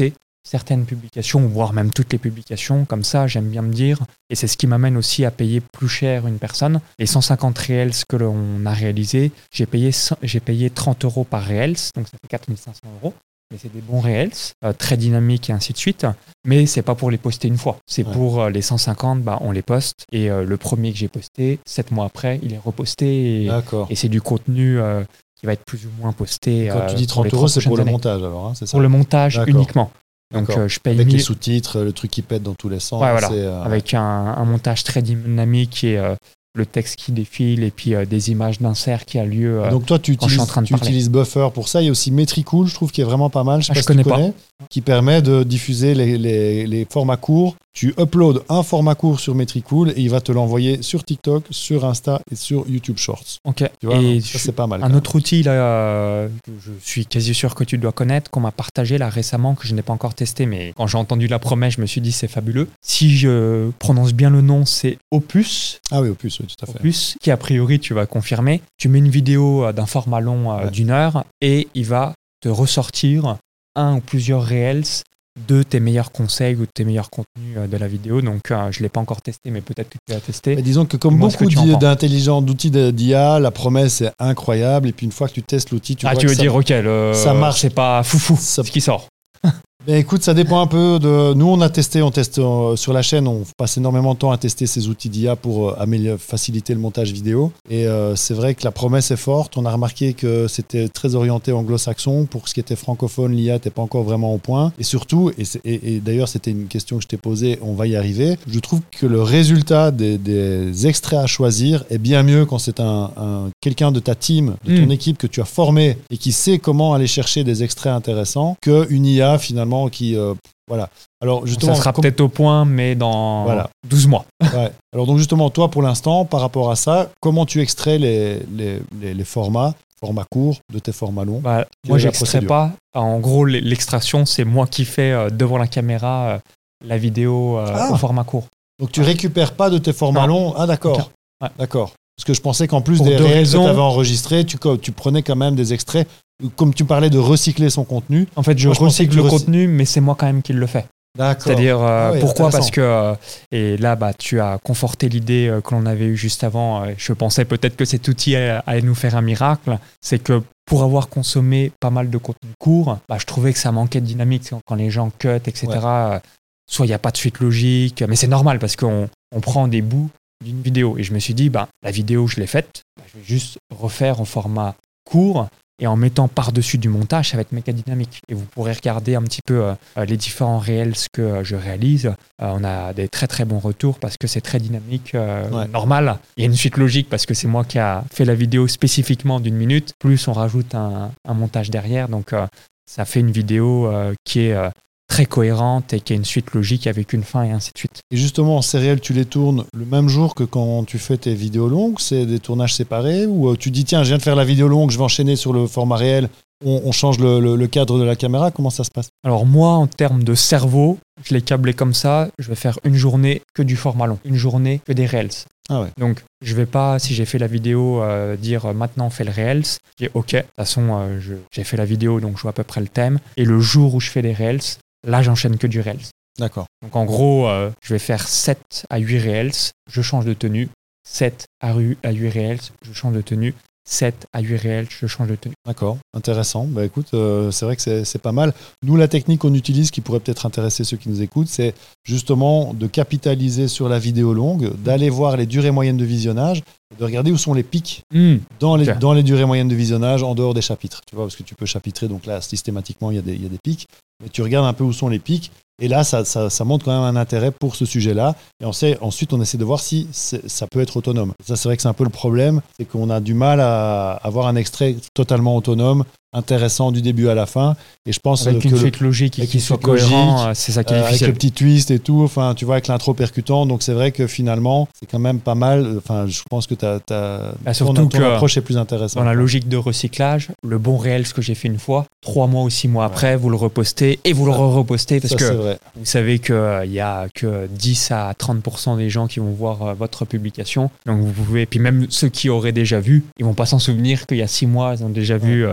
certaines publications, voire même toutes les publications, comme ça, j'aime bien me dire, et c'est ce qui m'amène aussi à payer plus cher une personne. Les cent cinquante Reels que l'on a réalisés, j'ai payé, j'ai payé trente euros par Reels, donc ça fait quatre mille cinq cents euros. Mais c'est des bons Reels, euh, très dynamiques et ainsi de suite. Mais c'est pas pour les poster une fois. C'est ouais. pour euh, les cent cinquante, bah, on les poste. Et euh, le premier que j'ai posté, sept mois après, il est reposté. Et, et c'est du contenu euh, qui va être plus ou moins posté. Et quand euh, tu dis trente euros, c'est pour le montage alors, hein, c'est ça? Pour le montage uniquement. Donc euh, je paye avec mille... les sous-titres, le truc qui pète dans tous les sens. Ouais, voilà. euh... Avec un, un montage très dynamique et euh, le texte qui défile et puis euh, des images d'insert qui a lieu. Euh, Donc toi, tu, utilises, tu utilises Buffer pour ça. Il y a aussi Metricool, je trouve, qui est vraiment pas mal. Je sais ah, pas je si connais tu connais, pas. Qui permet de diffuser les, les, les formats courts. Tu uploads un format court sur Metricool et il va te l'envoyer sur TikTok, sur Insta et sur YouTube Shorts. Ok. Tu vois, et ça, c'est pas mal. Un autre outil, là, euh, je suis quasi sûr que tu dois connaître, qu'on m'a partagé là récemment, que je n'ai pas encore testé, mais quand j'ai entendu la promesse, je me suis dit c'est fabuleux. Si je prononce bien le nom, c'est Opus. Ah oui, Opus, oui, tout à fait. Opus, qui a priori, tu vas confirmer. Tu mets une vidéo d'un format long euh, ouais. d'une heure et il va te ressortir un ou plusieurs Reels de tes meilleurs conseils ou de tes meilleurs contenus de la vidéo. Donc, euh, je ne l'ai pas encore testé, mais peut-être que tu l'as testé. Mais disons que comme beaucoup d'intelligents d'outils d'I A, la promesse est incroyable. Et puis, une fois que tu testes l'outil, tu ah, vois tu que veux ça, dire, ok, le, ça marche. C'est pas foufou ça... ce qui sort. Ben écoute, ça dépend un peu de... Nous, on a testé, on teste euh, sur la chaîne, on passe énormément de temps à tester ces outils d'I A pour euh, améliorer, faciliter le montage vidéo. Et euh, c'est vrai que la promesse est forte. On a remarqué que c'était très orienté anglo-saxon. Pour ce qui était francophone, l'I A n'était pas encore vraiment au point. Et surtout, et, et, et d'ailleurs, c'était une question que je t'ai posée, on va y arriver. Je trouve que le résultat des, des extraits à choisir est bien mieux quand c'est un, un, quelqu'un de ta team, de ton mmh. équipe que tu as formé et qui sait comment aller chercher des extraits intéressants qu'une I A finalement qui euh, voilà. Alors justement, ça sera comme... peut-être au point, mais dans voilà. douze mois. Ouais. Alors donc justement, toi pour l'instant, par rapport à ça, comment tu extrais les, les, les, les formats, formats courts de tes formats longs? Bah, moi, j'extrais pas. En gros, l'extraction, c'est moi qui fais euh, devant la caméra euh, la vidéo euh, ah. au format court. Donc tu récupères pas de tes formats non. longs? Ah d'accord. Ouais. D'accord. Parce que je pensais qu'en plus pour des réels raisons... que tu avais enregistrés, tu, tu prenais quand même des extraits. Comme tu parlais de recycler son contenu. En fait, je moi, recycle je le recy... contenu, mais c'est moi quand même qui le fais. D'accord. C'est-à-dire, euh, ah oui, pourquoi? Parce que, euh, et là, bah, tu as conforté l'idée euh, que l'on avait eue juste avant. Euh, je pensais peut-être que cet outil allait nous faire un miracle. C'est que pour avoir consommé pas mal de contenu court, bah, je trouvais que ça manquait de dynamique quand les gens cut, et cetera. Ouais. Euh, soit il n'y a pas de suite logique, mais c'est normal parce qu'on on prend des bouts d'une vidéo. Et je me suis dit, bah, la vidéo, je l'ai faite. Bah, je vais juste refaire en format court. Et en mettant par-dessus du montage, ça va être méga dynamique. Et vous pourrez regarder un petit peu euh, les différents Reels que euh, je réalise. Euh, on a des très très bons retours parce que c'est très dynamique, euh, ouais. normal. Il y a une suite logique parce que c'est moi qui a fait la vidéo spécifiquement d'une minute. Plus on rajoute un, un montage derrière. Donc euh, ça fait une vidéo euh, qui est euh, très cohérente et qui a une suite logique avec une fin et ainsi de suite. Et justement, ces réels, tu les tournes le même jour que quand tu fais tes vidéos longues? C'est des tournages séparés? Ou tu dis, tiens, je viens de faire la vidéo longue, je vais enchaîner sur le format réel, on, on change le, le, le cadre de la caméra? Comment ça se passe? Alors moi, en termes de cerveau, je l'ai câblé comme ça, je vais faire une journée que du format long, une journée que des Reels. Ah ouais. Donc, je vais pas, si j'ai fait la vidéo, euh, dire euh, maintenant on fait le Reels. J'ai OK, de toute façon, euh, je, j'ai fait la vidéo, donc je vois à peu près le thème. Et le jour où je fais des Reels, là, j'enchaîne que du Reels. D'accord. Donc, en gros, euh, je vais faire sept à huit Reels, je change de tenue. sept à huit Reels, je change de tenue. sept à huit Reels, je change de tenue. D'accord, intéressant. Bah écoute, euh, c'est vrai que c'est, c'est pas mal. Nous, la technique qu'on utilise, qui pourrait peut-être intéresser ceux qui nous écoutent, c'est justement de capitaliser sur la vidéo longue, d'aller voir les durées moyennes de visionnage, de regarder où sont les pics mmh. dans, les, okay. dans les durées moyennes de visionnage en dehors des chapitres. Tu vois, parce que tu peux chapitrer, donc là, systématiquement, il y a des, il y a des pics. Mais tu regardes un peu où sont les pics. Et là, ça, ça, ça montre quand même un intérêt pour ce sujet-là. Et on sait, ensuite, on essaie de voir si ça peut être autonome. Ça, c'est vrai que c'est un peu le problème, c'est qu'on a du mal à avoir un extrait totalement autonome, intéressant du début à la fin. Et je pense avec que une suite logique et qui soit cohérent, c'est ça qui est euh, difficile. Avec le petit twist et tout, enfin, tu vois, avec l'intro percutant. Donc c'est vrai que finalement, c'est quand même pas mal. Enfin, je pense que ta, ta, bah, surtout ton, ton que approche est plus intéressante. Dans la logique de recyclage, le bon réel, ce que j'ai fait une fois, trois mois ou six mois ouais. après, vous le repostez et vous ça, le repostez parce ça, que vrai. Vous savez qu'il n'y euh, a que dix à trente pour cent des gens qui vont voir euh, votre publication. Donc vous pouvez, puis même ceux qui auraient déjà vu, ils vont pas s'en souvenir qu'il y a six mois, ils ont déjà ouais. vu. Euh,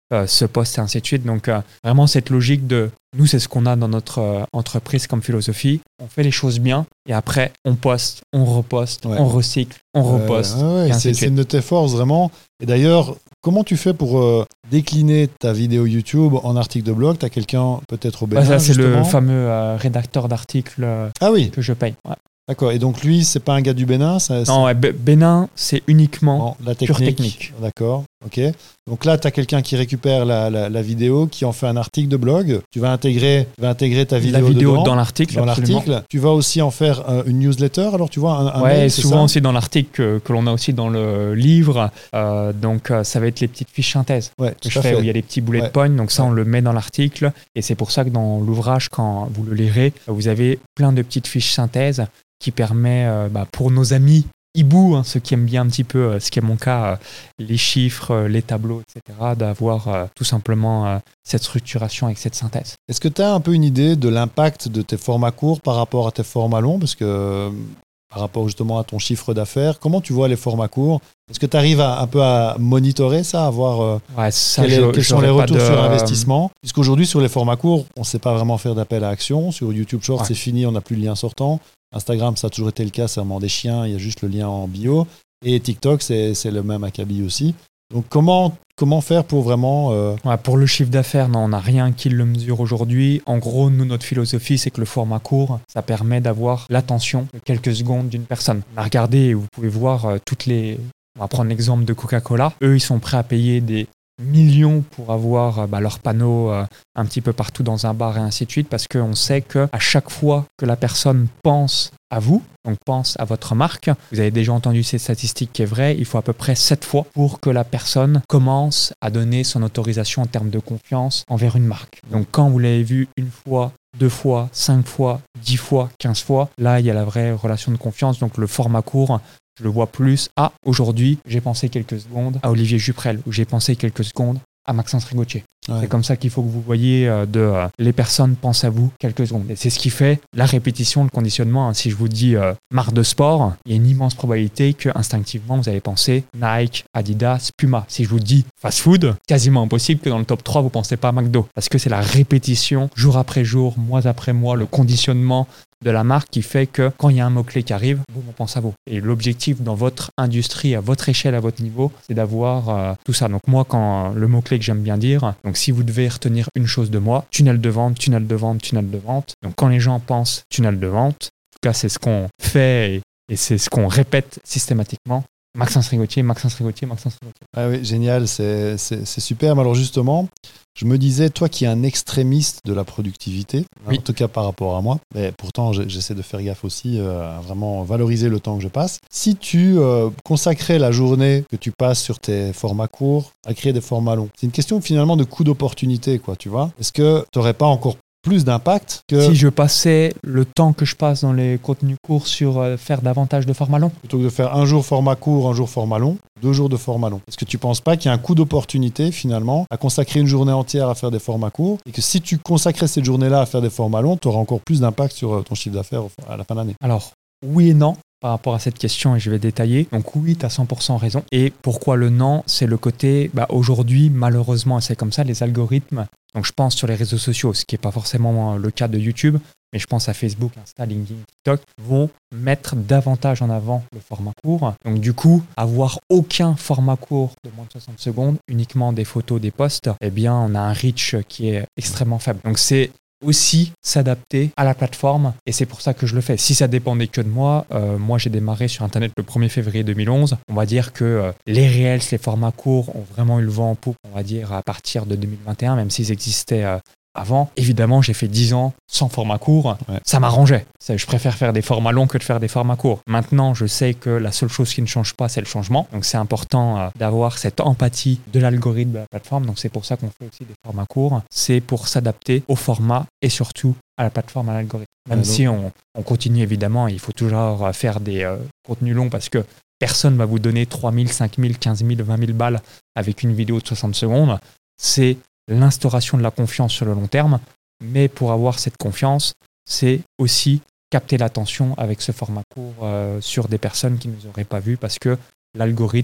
euh, ce post et ainsi de suite. Donc euh, vraiment cette logique de nous, c'est ce qu'on a dans notre euh, entreprise comme philosophie. On fait les choses bien et après on poste, on reposte, Ouais. on recycle, on reposte. Euh, ouais, ouais, et ainsi c'est de c'est suite. une de tes forces vraiment. Et d'ailleurs, comment tu fais pour euh, décliner ta vidéo YouTube en article de blog? Tu as quelqu'un peut-être au Bénin, Bah, ça, c'est justement le fameux euh, rédacteur d'articles euh, Ah oui, que je paye. Ouais. d'accord. Et donc lui, c'est pas un gars du Bénin, ça, c'est Non, ouais, Bé- Bénin, c'est uniquement bon, la pure technique. technique. D'accord, ok. Donc là, tu as quelqu'un qui récupère la, la, la vidéo, qui en fait un article de blog. Tu vas intégrer, tu vas intégrer ta vidéo, La vidéo dedans, dans l'article, dans absolument. l'article. Tu vas aussi en faire euh, une newsletter, alors tu vois, un, un Ouais, mail, c'est souvent ça aussi dans l'article que, que l'on a aussi dans le livre. Euh, donc, euh, ça va être les petites fiches synthèse Ouais, que tout je à fais, fait. où il y a les petits bullet Ouais. points. Donc, ça, Ouais. on le met dans l'article. Et c'est pour ça que dans l'ouvrage, quand vous le lirez, vous avez plein de petites fiches synthèse qui permet, euh, bah, pour nos amis hibou, hein, ceux qui aiment bien un petit peu, euh, ce qui est mon cas, euh, les chiffres, euh, les tableaux, et cetera, d'avoir euh, tout simplement euh, cette structuration avec cette synthèse. Est-ce que tu as un peu une idée de l'impact de tes formats courts par rapport à tes formats longs? Parce que euh, par rapport justement à ton chiffre d'affaires, comment tu vois les formats courts? Est-ce que tu arrives à, un peu à monitorer ça, à voir euh, Ouais, ça, quel est- je- quels sont j'aurais les pas retours de- sur investissement? Puisqu'aujourd'hui, sur les formats courts, on ne sait pas vraiment faire d'appel à action. Sur YouTube Short, Ouais. c'est fini, on n'a plus de lien sortant. Instagram, ça a toujours été le cas, c'est vraiment des chiens, il y a juste le lien en bio. Et TikTok, c'est c'est le même acabit aussi. Donc, comment, comment faire pour vraiment... euh, Ouais, pour le chiffre d'affaires, non, on n'a rien qui le mesure aujourd'hui. En gros, nous, notre philosophie, c'est que le format court, ça permet d'avoir l'attention de quelques secondes d'une personne. On a regardé, et vous pouvez voir euh, toutes les... On va prendre l'exemple de Coca-Cola. Eux, ils sont prêts à payer des millions pour avoir euh, bah, leurs panneaux euh, un petit peu partout dans un bar et ainsi de suite, parce qu'on sait qu'à chaque fois que la personne pense à vous, donc pense à votre marque, vous avez déjà entendu cette statistique qui est vraie, il faut à peu près sept fois pour que la personne commence à donner son autorisation en termes de confiance envers une marque. Donc quand vous l'avez vu une fois, deux fois, cinq fois, dix fois, quinze fois, là il y a la vraie relation de confiance. Donc le format court, je le vois plus à aujourd'hui, j'ai pensé quelques secondes à Olivier Juprel, ou j'ai pensé quelques secondes à Maxence Rigotier. ouais. C'est comme ça qu'il faut que vous voyez euh, de euh, les personnes pensent à vous quelques secondes. Et c'est ce qui fait la répétition, le conditionnement. Hein. Si je vous dis euh, marque de sport, il y a une immense probabilité que instinctivement vous allez penser Nike, Adidas, Puma. Si je vous dis fast food, quasiment impossible que dans le top trois vous pensez pas à McDo, parce que c'est la répétition jour après jour, mois après mois, le conditionnement de la marque qui fait que quand il y a un mot-clé qui arrive, boum, on pense à vous. Et l'objectif dans votre industrie, à votre échelle, à votre niveau, c'est d'avoir euh, tout ça. Donc moi, quand le mot-clé que j'aime bien dire, donc si vous devez retenir une chose de moi, tunnel de vente, tunnel de vente, tunnel de vente. Donc quand les gens pensent tunnel de vente, en tout cas c'est ce qu'on fait et, et c'est ce qu'on répète systématiquement. Maxence Rigotier, Maxence Rigotier, Maxence Rigotier. Ah oui, génial, c'est c'est- c'est superbe. Alors justement, je me disais, toi qui es un extrémiste de la productivité, Oui. en tout cas par rapport à moi, mais pourtant j'ai- j'essaie de faire gaffe aussi euh, à vraiment valoriser le temps que je passe. Si tu euh, consacrais la journée que tu passes sur tes formats courts à créer des formats longs, c'est une question finalement de coût d'opportunité, quoi, tu vois. Est-ce que tu n'aurais pas encore plus d'impact que Si je passais le temps que je passe dans les contenus courts sur euh, faire davantage de formats longs, plutôt que de faire un jour format court, un jour format long, deux jours de format long? Est-ce que tu ne penses pas qu'il y a un coût d'opportunité finalement à consacrer une journée entière à faire des formats courts et que si tu consacrais cette journée-là à faire des formats longs, tu auras encore plus d'impact sur euh, ton chiffre d'affaires au- à la fin de l'année? alors, oui et non par rapport à cette question, et je vais détailler. Donc oui, tu as cent pour cent raison. Et pourquoi le non? C'est le côté, bah, aujourd'hui, malheureusement, c'est comme ça, les algorithmes, donc je pense sur les réseaux sociaux, ce qui n'est pas forcément le cas de YouTube, mais je pense à Facebook, Insta, LinkedIn, TikTok, vont mettre davantage en avant le format court. Donc du coup, avoir aucun format court de moins de soixante secondes, uniquement des photos, des posts, eh bien, on a un reach qui est extrêmement faible. Donc c'est aussi s'adapter à la plateforme, et c'est pour ça que je le fais. Si ça dépendait que de moi, euh, moi j'ai démarré sur Internet le premier février deux mille onze. On va dire que euh, les Reels, les formats courts ont vraiment eu le vent en poupe, on va dire à partir de deux mille vingt et un, même s'ils existaient euh, avant. Évidemment, j'ai fait dix ans sans format court. Ouais. Ça m'arrangeait. Ça, je préfère faire des formats longs que de faire des formats courts. Maintenant, je sais que la seule chose qui ne change pas, c'est le changement. Donc, c'est important euh, d'avoir cette empathie de l'algorithme de la plateforme. Donc, c'est pour ça qu'on fait aussi des formats courts. C'est pour s'adapter au format et surtout à la plateforme, à l'algorithme. Même Ouais, donc- si on, on continue évidemment, il faut toujours euh, faire des euh, contenus longs parce que personne ne va vous donner trois mille, cinq mille, quinze mille, vingt mille balles avec une vidéo de soixante secondes. C'est l'instauration de la confiance sur le long terme, mais pour avoir cette confiance, c'est aussi capter l'attention avec ce format court euh, sur des personnes qui ne nous auraient pas vu parce que l'algorithme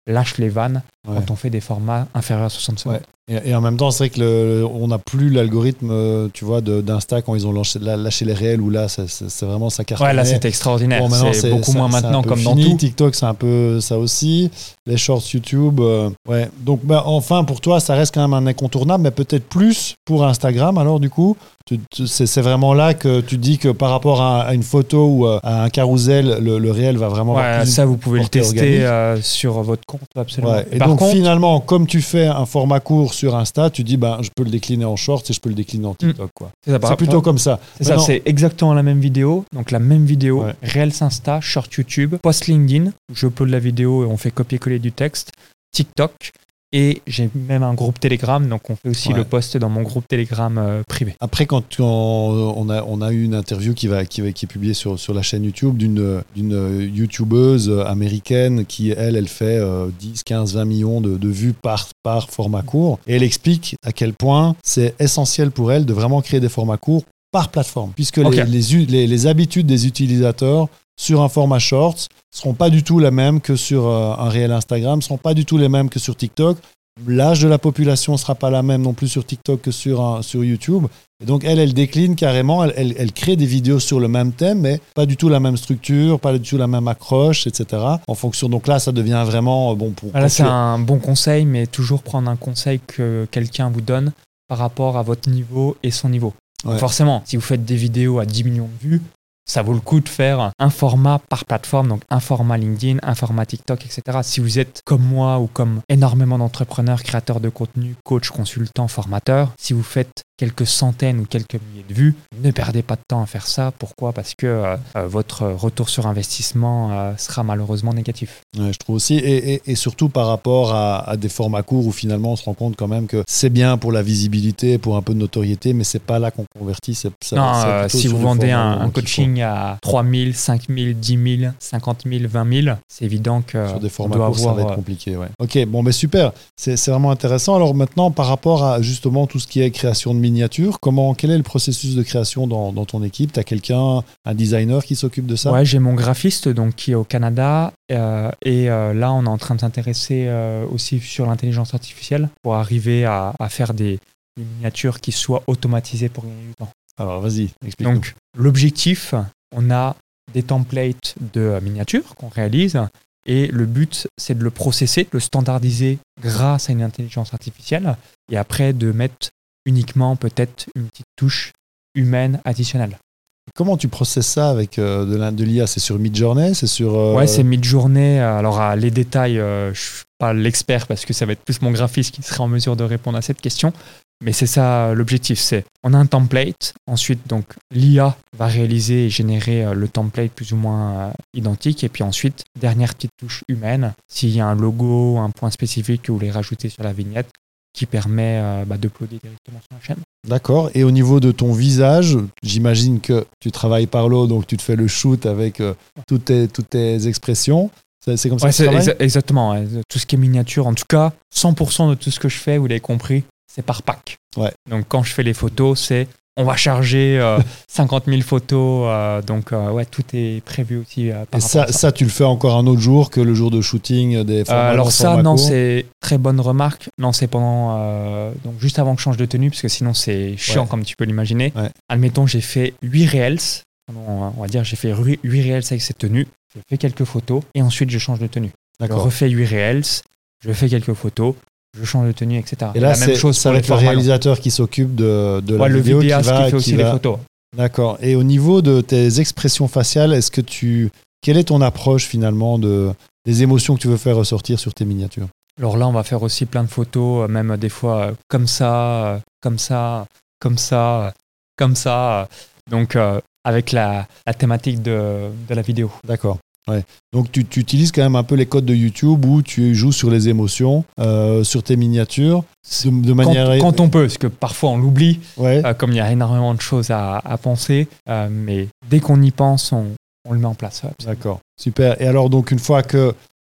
lâche les vannes Ouais. quand on fait des formats inférieurs à soixante secondes. Ouais. Et, et en même temps, c'est vrai que le, le- on n'a plus l'algorithme, euh, tu vois, de- d'Insta quand ils ont lâché, la- lâché les réels, où là, c'est, c'est, c'est vraiment ça cartonnait. Ouais, là c'était extraordinaire. Bon, maintenant, c'est beaucoup ça- moins c'est un maintenant peu comme fini. dans tout. TikTok, c'est un peu ça aussi. Les shorts YouTube, euh, ouais. Donc, bah, enfin, pour toi, ça reste quand même un incontournable, mais peut-être plus pour Instagram. Alors, du coup, tu- tu- c'est, c'est vraiment là que tu dis que par rapport à, à une photo ou à, à un carrousel, le, le réel va vraiment avoir Ouais, plus ça une vous pouvez le portée tester organique. euh, sur votre compte absolument. Ouais. Et Par donc, contre, finalement, comme tu fais un format court sur Insta, tu dis, ben, je peux le décliner en shorts et je peux le décliner en TikTok. Quoi. c'est, ça, par- C'est plutôt comme ça. c'est ça, Maintenant- c'est exactement la même vidéo. Donc la même vidéo, Ouais. Reels Insta, Short YouTube, post LinkedIn, je upload la vidéo et on fait copier-coller du texte, TikTok, et j'ai même un groupe Telegram, donc on fait aussi Ouais. le post dans mon groupe Telegram euh, privé. Après, quand tu- on, on a, on a eu une interview qui, va, qui, va- qui est publiée sur, sur la chaîne YouTube d'une, d'une YouTubeuse américaine qui, elle, elle fait euh, dix, quinze, vingt millions de, de vues par, par format court. Et elle explique à quel point c'est essentiel pour elle de vraiment créer des formats courts par plateforme. Puisque les, Ok. les, u- les, les habitudes des utilisateurs sur un format shorts seront pas du tout les mêmes que sur euh, un réel Instagram, seront pas du tout les mêmes que sur TikTok. L'âge de la population sera pas la même non plus sur TikTok que sur, un, sur YouTube. Et donc, elle, elle décline carrément, elle, elle, elle crée des vidéos sur le même thème, mais pas du tout la même structure, pas du tout la même accroche, et cetera. En fonction, donc là, ça devient vraiment euh, bon pour. Voilà, pour c'est que- un bon conseil, mais toujours prendre un conseil que quelqu'un vous donne par rapport à votre niveau et son niveau. Ouais. Forcément, si vous faites des vidéos à dix millions de vues, ça vaut le coup de faire un format par plateforme, donc un format LinkedIn, un format TikTok, et cetera. Si vous êtes comme moi ou comme énormément d'entrepreneurs, créateurs de contenu, coachs, consultants, formateurs, si vous faites quelques centaines ou quelques milliers de vues, ne perdez pas de temps à faire ça. Pourquoi ? Parce que euh, euh, votre retour sur investissement euh, sera malheureusement négatif. Ouais, je trouve aussi, et, et, et surtout par rapport à, à des formats courts où finalement on se rend compte quand même que c'est bien pour la visibilité, pour un peu de notoriété, mais c'est pas là qu'on convertit. C'est, ça, Non, c'est euh, plutôt si sur vous du vendez format un, long un qu'il faut. coaching à trois mille, cinq mille, dix mille, cinquante mille, vingt mille, c'est évident que Sur des on formats doit courts, ça avoir va être euh, compliqué. Ouais. Ok, bon, mais super. C'est, c'est vraiment intéressant. Alors maintenant, par rapport à justement tout ce qui est création de miniatures, comment, quel est le processus de création dans, dans ton équipe ? Tu as quelqu'un, un designer qui s'occupe de ça ? Ouais, j'ai mon graphiste donc, qui est au Canada euh, et euh, là on est en train de s'intéresser euh, aussi sur l'intelligence artificielle pour arriver à, à faire des, des miniatures qui soient automatisées pour gagner du temps. Alors vas-y, explique-nous. Donc l'objectif, on a des templates de miniatures qu'on réalise et le but c'est de le processer, de le standardiser grâce à une intelligence artificielle et après de mettre uniquement peut-être une petite touche humaine additionnelle. Comment tu processes ça avec euh, de, l'in- de l'I A ? C'est sur Midjourney ? C'est sur. euh, Ouais, c'est mid-journée. Alors, à les détails, euh, je suis pas l'expert parce que ça va être plus mon graphiste qui serait en mesure de répondre à cette question. Mais c'est ça l'objectif. C'est on a un template. Ensuite, donc l'I A va réaliser et générer euh, le template plus ou moins euh, identique. Et puis ensuite, dernière petite touche humaine. S'il y a un logo, un point spécifique que vous voulez rajouter sur la vignette, qui permet euh, bah, d'uploader directement sur la chaîne. D'accord. Et au niveau de ton visage, j'imagine que tu travailles par l'eau, donc tu te fais le shoot avec euh, toutes, tes, toutes tes expressions. C'est, c'est comme ça Ouais, que tu c'est travailles ? exa- exactement. Ouais. Tout ce qui est miniature, en tout cas, cent pour cent de tout ce que je fais, vous l'avez compris, c'est par pack. Ouais. Donc quand je fais les photos, c'est on va charger euh, cinquante mille photos. euh, donc euh, ouais, tout est prévu aussi euh, par Et rapport ça, à ça. ça, tu le fais encore un autre jour que le jour de shooting des Euh, formats alors longs, ça, formats non, courts ? c'est très bonne remarque. Non, c'est pendant euh, donc juste avant que je change de tenue, parce que sinon c'est chiant Ouais. comme tu peux l'imaginer. Ouais. Admettons, j'ai fait huit reels. On va dire, j'ai fait huit reels avec cette tenue. Je fais quelques photos et ensuite je change de tenue. Je D'accord. refais huit reels, je fais quelques photos, je change de tenue, et cetera. Et là, la c'est, même chose ça pour va les être le formats longs. réalisateur qui s'occupe de, de la Ouais, le vidéo qui vidéaste va, qui fait aussi qui les va- photos. D'accord. Et au niveau de tes expressions faciales, est-ce que tu, quelle est ton approche finalement de des émotions que tu veux faire ressortir sur tes miniatures ? Alors là, on va faire aussi plein de photos, euh, même des fois euh, comme ça, euh, comme ça, comme ça, euh, comme ça. euh, Donc euh, avec la, la thématique de, de la vidéo. D'accord. Ouais. Donc tu, tu utilises quand même un peu les codes de YouTube où tu joues sur les émotions, euh, sur tes miniatures, de, de Quand, manière. quand on peut, parce que parfois on l'oublie, Ouais. euh, comme il y a énormément de choses à, à penser, euh, mais dès qu'on y pense, on, on le met en place. Ouais, absolument. D'accord. Super. Et alors donc une fois que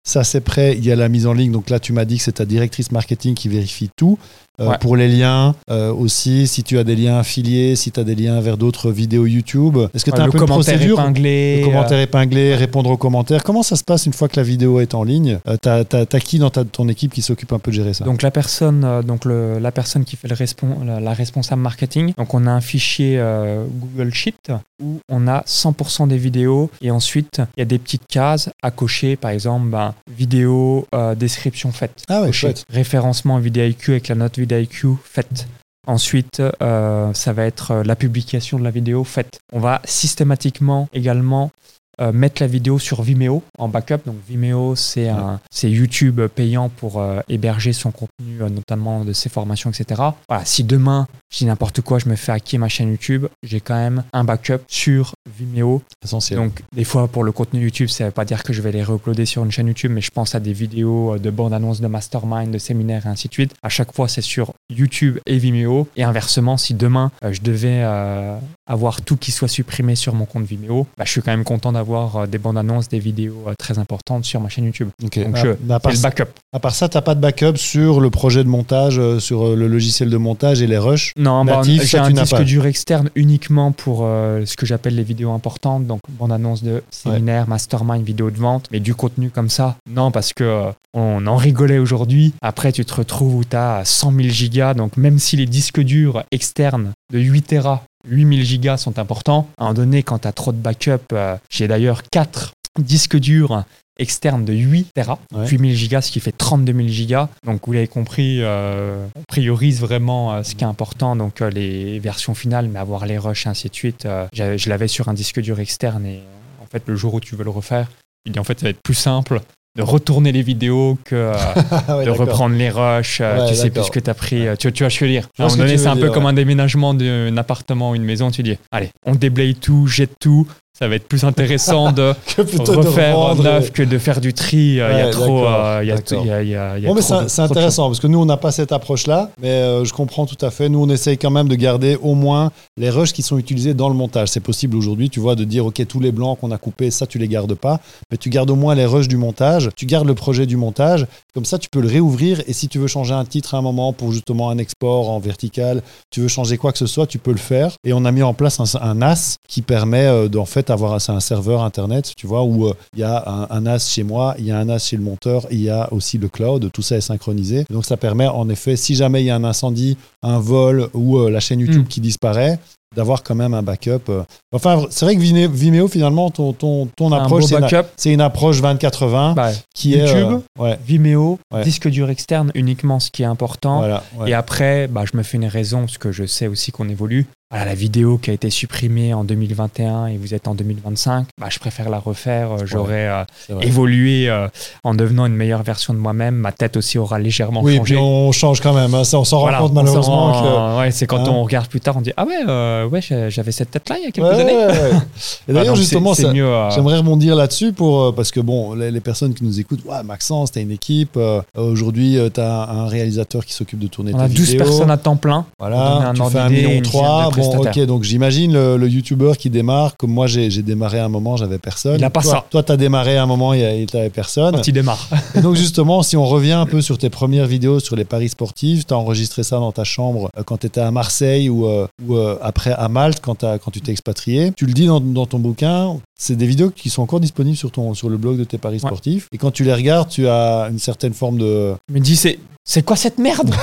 ça c'est prêt, il y a la mise en ligne. Donc là, tu m'as dit que c'est ta directrice marketing qui vérifie tout. Euh, Ouais. Pour les liens euh, aussi, si tu as des liens affiliés, si tu as des liens vers d'autres vidéos YouTube. Est-ce que tu as Ouais, un le peu de commentaire procédure épinglé. Le commentaire euh, épinglé, répondre aux commentaires. Comment ça se passe une fois que la vidéo est en ligne? euh, T'as t'as- t'as qui dans ta, ton équipe qui s'occupe un peu de gérer ça? Donc la personne, euh, donc le, la personne qui fait le respon- la, la responsable marketing. Donc on a un fichier euh, Google Sheet où on a cent pour cent des vidéos et ensuite il y a des petites cases à cocher. Par exemple, ben, vidéo euh, description faite. Ah ouais, Coché. chouette. Référencement vidéo-I-Q avec la note vidéo-I Q faite. Ensuite, euh, ça va être euh, la publication de la vidéo faite. On va systématiquement également euh, mettre la vidéo sur Vimeo en backup. Donc Vimeo, c'est un, c'est YouTube payant pour euh, héberger son contenu, euh, notamment de ses formations, et cetera. Voilà, si demain, je dis n'importe quoi, je me fais hacker ma chaîne YouTube, j'ai quand même un backup sur Vimeo. Essentiel. Donc, des fois, pour le contenu YouTube, ça ne veut pas dire que je vais les re-uploader sur une chaîne YouTube, mais je pense à des vidéos de bandes-annonces de mastermind, de séminaires et ainsi de suite. À chaque fois, c'est sur YouTube et Vimeo. Et inversement, si demain, euh, je devais euh, avoir tout qui soit supprimé sur mon compte Vimeo, bah, je suis quand même content d'avoir euh, des bandes-annonces, des vidéos euh, très importantes sur ma chaîne YouTube. Ok. Donc, Ah, je mais à fais part le ça- backup. À part ça, tu n'as pas de backup sur le projet de montage, euh, sur euh, le logiciel de montage et les rushs? Non, bah, Natif, j'ai ça, un tu n'as disque pas. dur externe uniquement pour euh, ce que j'appelle les vidéos importantes, donc bande-annonce de séminaire, mastermind, vidéo de vente, mais du contenu comme ça, non, parce que euh, on en rigolait aujourd'hui. Après, tu te retrouves où tu as cent mille gigas, donc même si les disques durs externes de huit téra, huit mille gigas sont importants, à un moment donné, quand tu as trop de backup, euh, j'ai d'ailleurs quatre disques durs externe de huit téra, Ouais. huit mille gigas, ce qui fait trente-deux mille gigas. Donc vous l'avez compris, euh, on priorise vraiment euh, ce qui est important, donc euh, les versions finales, mais avoir les rushs et ainsi de suite. Euh, j'avais- je l'avais sur un disque dur externe et euh, en fait le jour où tu veux le refaire, il dit en fait ça va être plus simple de retourner les vidéos que euh, Ah ouais, de d'accord. reprendre les rushs. euh, Ouais, tu sais plus d'accord. ce que tu as pris. euh, Tu, tu vois, je veux dire. Je À un vois ce moment que donné, tu c'est veux un peu dire, comme ouais. un déménagement d'un appartement ou une maison. Tu dis, allez, on déblaye tout, jette tout. Ça va être plus intéressant de Que plutôt de refaire revendre neuf et- que de faire du tri. euh, Il y a Ouais, trop. d'accord, euh, il y a d'accord. tout- il y a- il y a- il y a Bon, mais trop c'est de- c'est trop de intéressant parce que nous, on n'a pas cette approche-là, mais euh, je comprends tout à fait. Nous, on essaye quand même de garder au moins les rushs qui sont utilisés dans le montage. C'est possible aujourd'hui, tu vois, de dire, OK, tous les blancs qu'on a coupés, ça, tu les gardes pas, mais tu gardes au moins les rushs du montage, tu gardes le projet du montage, comme ça, tu peux le réouvrir et si tu veux changer un titre à un moment pour justement un export en vertical, tu veux changer quoi que ce soit, tu peux le faire. Et on a mis en place un, un N A S qui permet euh, d'en fait avoir c'est un serveur Internet, tu vois, où euh, il y a un, un N A S chez moi, il y a un N A S chez le monteur, et il y a aussi le cloud, tout ça est synchronisé. Donc ça permet en effet, si jamais il y a un incendie, un vol ou euh, la chaîne YouTube Mm. qui disparaît, d'avoir quand même un backup. euh. Enfin, c'est vrai que Vimeo, Vimeo, finalement, ton, ton, ton Un approche, beau c'est une, backup. c'est une approche vingt quatre-vingts Bah, qui est... YouTube, euh, ouais, Vimeo, Ouais. disque dur externe, uniquement ce qui est important. voilà. Ouais. Et après, bah, je me fais une raison parce que je sais aussi qu'on évolue. Voilà, la vidéo qui a été supprimée en deux mille vingt et un et vous êtes en deux mille vingt-cinq, bah, je préfère la refaire. Euh, J'aurais euh, C'est vrai. évolué euh, en devenant une meilleure version de moi-même. Ma tête aussi aura légèrement Oui, changé. puis on change quand même. hein. Ça, on s'en Voilà, rend compte on s'en malheureusement. rend- ouais, c'est quand hein. on regarde plus tard, on dit ah ouais, euh, ouais, j'ai- j'avais cette tête-là il y a que... quelques Ouais, années. ouais, ouais. Et Ah, d'ailleurs, donc justement, c'est- c'est ça, mieux, euh, j'aimerais rebondir là-dessus pour, euh, parce que bon, les, les personnes qui nous écoutent, ouais, Maxence, tu as une équipe. euh, aujourd'hui, tu as un réalisateur qui s'occupe de tourner on tes a douze vidéos. personnes à temps plein. Pour donner Voilà, un tu ordre fais un d'idée, million une trois. dizaine de Bon, ok, prestataires. donc j'imagine le, le youtubeur qui démarre, comme moi j'ai j'ai démarré à un moment, j'avais personne. Il a pas toi, ça. Toi, tu as démarré à un moment, il n'y avait personne. Quand il démarre. Et donc justement, si on revient un peu sur tes premières vidéos sur les paris sportifs, tu as enregistré ça dans ta chambre euh, quand tu étais à Marseille ou, euh, ou euh, après à Malte quand, t'as- quand tu t'es expatrié. Tu le dis dans, dans ton bouquin, c'est des vidéos qui sont encore disponibles sur, ton, sur le blog de tes paris Ouais. sportifs. Et quand tu les regardes, tu as une certaine forme de... Je me dis, c'est, c'est quoi cette merde?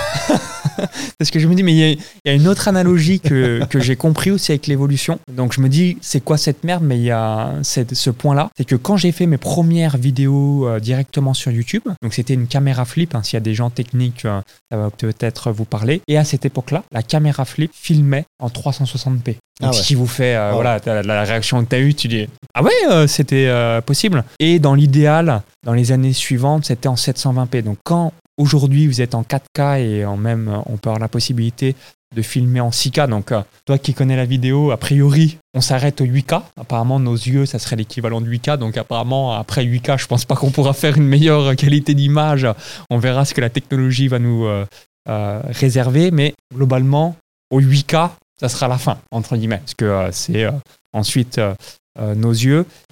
Parce que je me dis, mais il y, a- il y a une autre analogie que, que j'ai compris aussi avec l'évolution. Donc je me dis, c'est quoi cette merde? Mais il y a cette- ce point-là. C'est que quand j'ai fait mes premières vidéos euh, directement sur YouTube, donc c'était une caméra flip, hein, s'il y a des gens techniques, euh, ça va peut-être vous parler. Et à cette époque-là, la caméra flip filmait en trois cent soixante p. Donc Ah ouais. ce qui vous fait, euh, Ah ouais. voilà, t'as- la réaction que tu as eue, tu dis, ah ouais, euh, c'était euh, possible. Et dans l'idéal, dans les années suivantes, c'était en sept cent vingt p. Donc quand aujourd'hui vous êtes en quatre K et en même on peut avoir la possibilité de filmer en six K, donc euh, toi qui connais la vidéo, a priori on s'arrête au huit K. Apparemment nos yeux ça serait l'équivalent de huit K, donc apparemment après huit K je pense pas qu'on pourra faire une meilleure qualité d'image. On verra ce que la technologie va nous euh, euh, réserver, mais globalement au huit K ça sera la fin entre guillemets, parce que euh, c'est euh, ensuite euh, euh, nos yeux.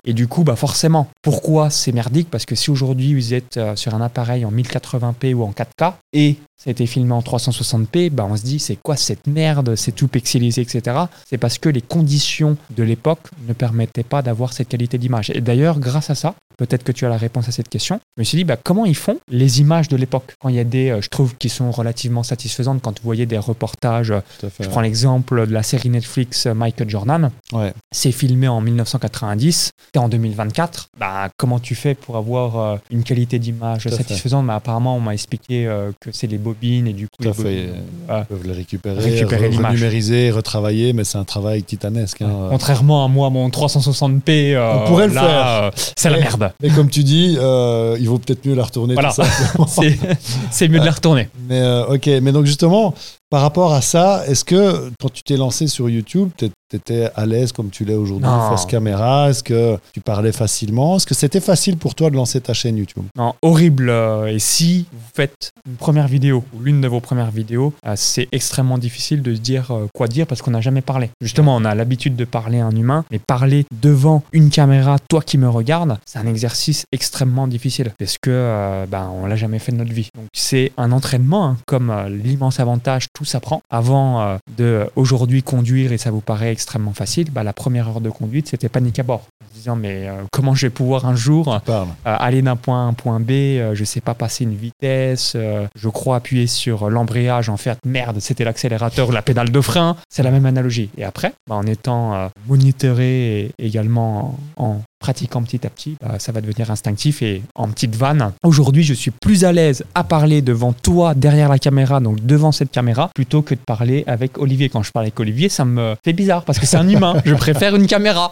Et du coup, bah forcément, pourquoi c'est merdique? Parce que si aujourd'hui vous êtes euh, sur un appareil en mille quatre-vingts p ou en quatre K et ça a été filmé en trois cent soixante p, bah on se dit c'est quoi cette merde, c'est tout pixelisé, et cetera. C'est parce que les conditions de l'époque ne permettaient pas d'avoir cette qualité d'image. Et d'ailleurs, grâce à ça, peut-être que tu as la réponse à cette question, je me suis dit bah, comment ils font les images de l'époque? Quand il y a des, euh, je trouve, qui sont relativement satisfaisantes, quand vous voyez des reportages, fait, je prends ouais. l'exemple de la série Netflix Michael Jordan, ouais. c'est filmé en mille neuf cent quatre-vingt-dix, et en deux mille vingt-quatre, bah, comment tu fais pour avoir euh, une qualité d'image tout satisfaisante? Mais apparemment, on m'a expliqué euh, que c'est les bobines et du coup, tout à les fait. bobines, euh, ils peuvent les récupérer, récupérer re- renumériser, retravailler, mais c'est un travail titanesque. Hein. Ouais. Contrairement à moi, mon trois cent soixante p, euh, on pourrait le là, faire. Euh, c'est mais, la merde. Mais comme tu dis, euh, il vaut peut-être mieux la retourner. Voilà, tout ça. c'est, c'est mieux de la retourner. Mais euh, ok, mais donc justement, par rapport à ça, est-ce que quand tu t'es lancé sur YouTube, tu étais à l'aise comme tu l'es aujourd'hui face caméra? Est-ce que tu parlais facilement? Est-ce que c'était facile pour toi de lancer ta chaîne YouTube? Non, horrible. Et si vous faites une première vidéo ou l'une de vos premières vidéos, c'est extrêmement difficile de se dire quoi dire parce qu'on n'a jamais parlé. Justement, on a l'habitude de parler à un humain, mais parler devant une caméra, toi qui me regardes, c'est un exercice extrêmement difficile parce que euh, ben, on l'a jamais fait de notre vie. Donc c'est un entraînement, hein, comme euh, l'immense avantage tout s'apprend. Avant euh, de aujourd'hui conduire et ça vous paraît extrêmement facile, bah, la première heure de conduite, c'était panique à bord. En se disant, mais euh, comment je vais pouvoir un jour euh, aller d'un point A à un point B, euh, je sais pas passer une vitesse, euh, je crois appuyer sur l'embrayage, en fait, merde, c'était l'accélérateur ou la pédale de frein. C'est la même analogie. Et après, bah, en étant euh, monitoré et également en, en pratiquant petit à petit, bah, ça va devenir instinctif et en petite vanne. Aujourd'hui, je suis plus à l'aise à parler devant toi, derrière la caméra, donc devant cette caméra, plutôt que de parler avec Olivier. Quand je parle avec Olivier, ça me fait bizarre parce que c'est un humain. Je préfère une caméra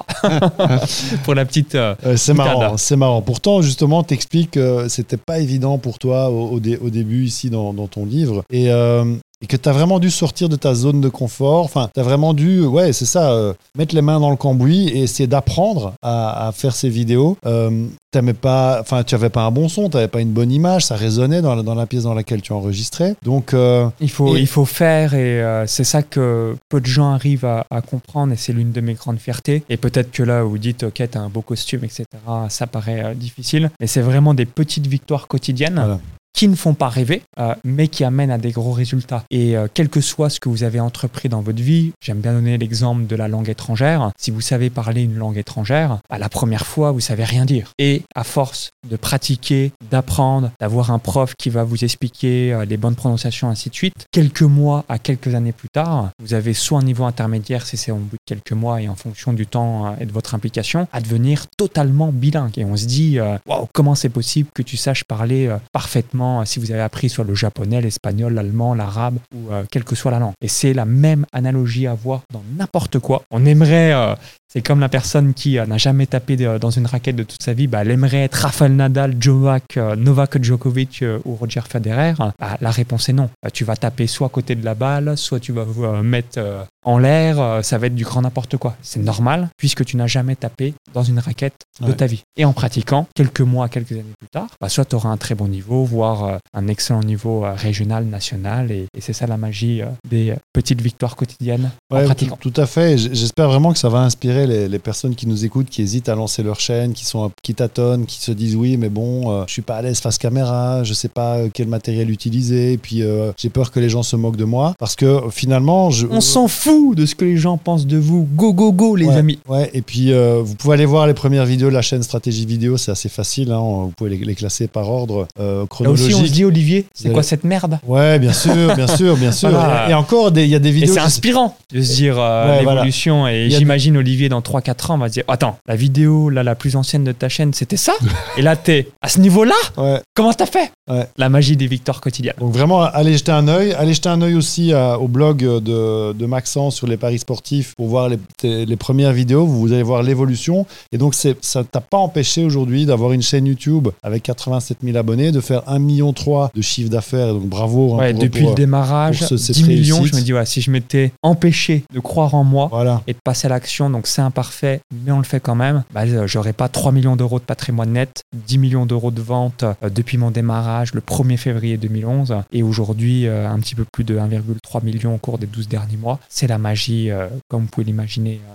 pour la petite. Euh, euh, c'est marrant, c'est marrant. Pourtant, justement, t'expliques que c'était pas évident pour toi au, au, dé, au début ici dans, dans ton livre. Et euh, et que tu as vraiment dû sortir de ta zone de confort. Enfin, tu as vraiment dû, ouais, c'est ça, euh, mettre les mains dans le cambouis et essayer d'apprendre à, à faire ces vidéos. Euh, t'aimais pas, enfin, tu n'avais pas un bon son, tu n'avais pas une bonne image, ça résonnait dans la, dans la pièce dans laquelle tu enregistrais. Donc, euh, il, faut, et... il faut faire et euh, c'est ça que peu de gens arrivent à, à comprendre et c'est l'une de mes grandes fiertés. Et peut-être que là, vous dites, ok, tu as un beau costume, et cetera, ça paraît euh, difficile. Mais c'est vraiment des petites victoires quotidiennes. Voilà. Qui ne font pas rêver, euh, mais qui amènent à des gros résultats. Et euh, quel que soit ce que vous avez entrepris dans votre vie, j'aime bien donner l'exemple de la langue étrangère. Si vous savez parler une langue étrangère, bah, la première fois, vous savez rien dire. Et à force de pratiquer, d'apprendre, d'avoir un prof qui va vous expliquer euh, les bonnes prononciations, ainsi de suite, quelques mois à quelques années plus tard, vous avez soit un niveau intermédiaire, si c'est au bout de quelques mois et en fonction du temps euh, et de votre implication, à devenir totalement bilingue. Et on se dit, euh, wow, comment c'est possible que tu saches parler euh, parfaitement si vous avez appris soit le japonais, l'espagnol, l'allemand, l'arabe ou euh, quelle que soit la langue. Et c'est la même analogie à voir dans n'importe quoi. On aimerait, euh, c'est comme la personne qui euh, n'a jamais tapé de, dans une raquette de toute sa vie, bah, elle aimerait être Rafael Nadal, Novak, euh, Novak Djokovic euh, ou Roger Federer. Bah, la réponse est non. Bah, tu vas taper soit à côté de la balle, soit tu vas vous euh, mettre euh, en l'air, euh, ça va être du grand n'importe quoi. C'est normal puisque tu n'as jamais tapé dans une raquette de ouais. ta vie. Et en pratiquant, quelques mois, quelques années plus tard, bah, soit tu auras un très bon niveau, voire euh, un excellent niveau euh, régional, national. Et, et c'est ça la magie euh, des euh, petites victoires quotidiennes ouais, en pratiquant. Tout, tout à fait. J'espère vraiment que ça va inspirer les, les personnes qui nous écoutent, qui hésitent à lancer leur chaîne, qui, sont, qui tâtonnent, qui se disent oui, mais bon, euh, je suis pas à l'aise face caméra, je sais pas quel matériel utiliser, et puis euh, j'ai peur que les gens se moquent de moi. Parce que finalement... Je, On s'en fout de ce que les gens pensent de vous. Go, go, go, les ouais, amis. Ouais, et puis euh, vous pouvez aller voir les premières vidéos de la chaîne Stratégie Vidéo, c'est assez facile, hein, vous pouvez les, les classer par ordre euh, chronologique. Là aussi, on se dit, Olivier, c'est quoi cette merde? Ouais, bien sûr, bien sûr, bien sûr. Voilà. Et, et encore, il y a des vidéos... Et c'est inspirant de se dire euh, ouais, l'évolution. Voilà. Et j'imagine, des... Olivier, dans trois quatre ans, on va se dire, attends, la vidéo là, la plus ancienne de ta chaîne, c'était ça? Et là, t'es à ce niveau-là? Ouais. Comment t'as fait? Ouais. La magie des victoires quotidiennes. Donc vraiment, allez jeter un œil. Allez jeter un œil aussi à, au blog de, de Maxence sur les paris sportifs pour voir les, les premières vidéos. Vous allez voir l'évolution. Et donc, c'est, ça ne t'a pas empêché aujourd'hui d'avoir une chaîne YouTube avec quatre-vingt-sept mille abonnés, de faire un virgule trois million de chiffre d'affaires. Donc bravo. Ouais, pour, depuis pour, le démarrage, pour ce, dix millions, réussite. je me dis, ouais, si je m'étais empêché de croire en moi voilà. et de passer à l'action, donc c'est imparfait, mais on le fait quand même, bah, j'aurais pas trois millions d'euros de patrimoine net, dix millions d'euros de vente euh, depuis mon démarrage le premier février deux mille onze et aujourd'hui euh, un petit peu plus de un virgule trois million au cours des douze derniers mois. C'est la magie, euh, comme vous pouvez l'imaginer, euh,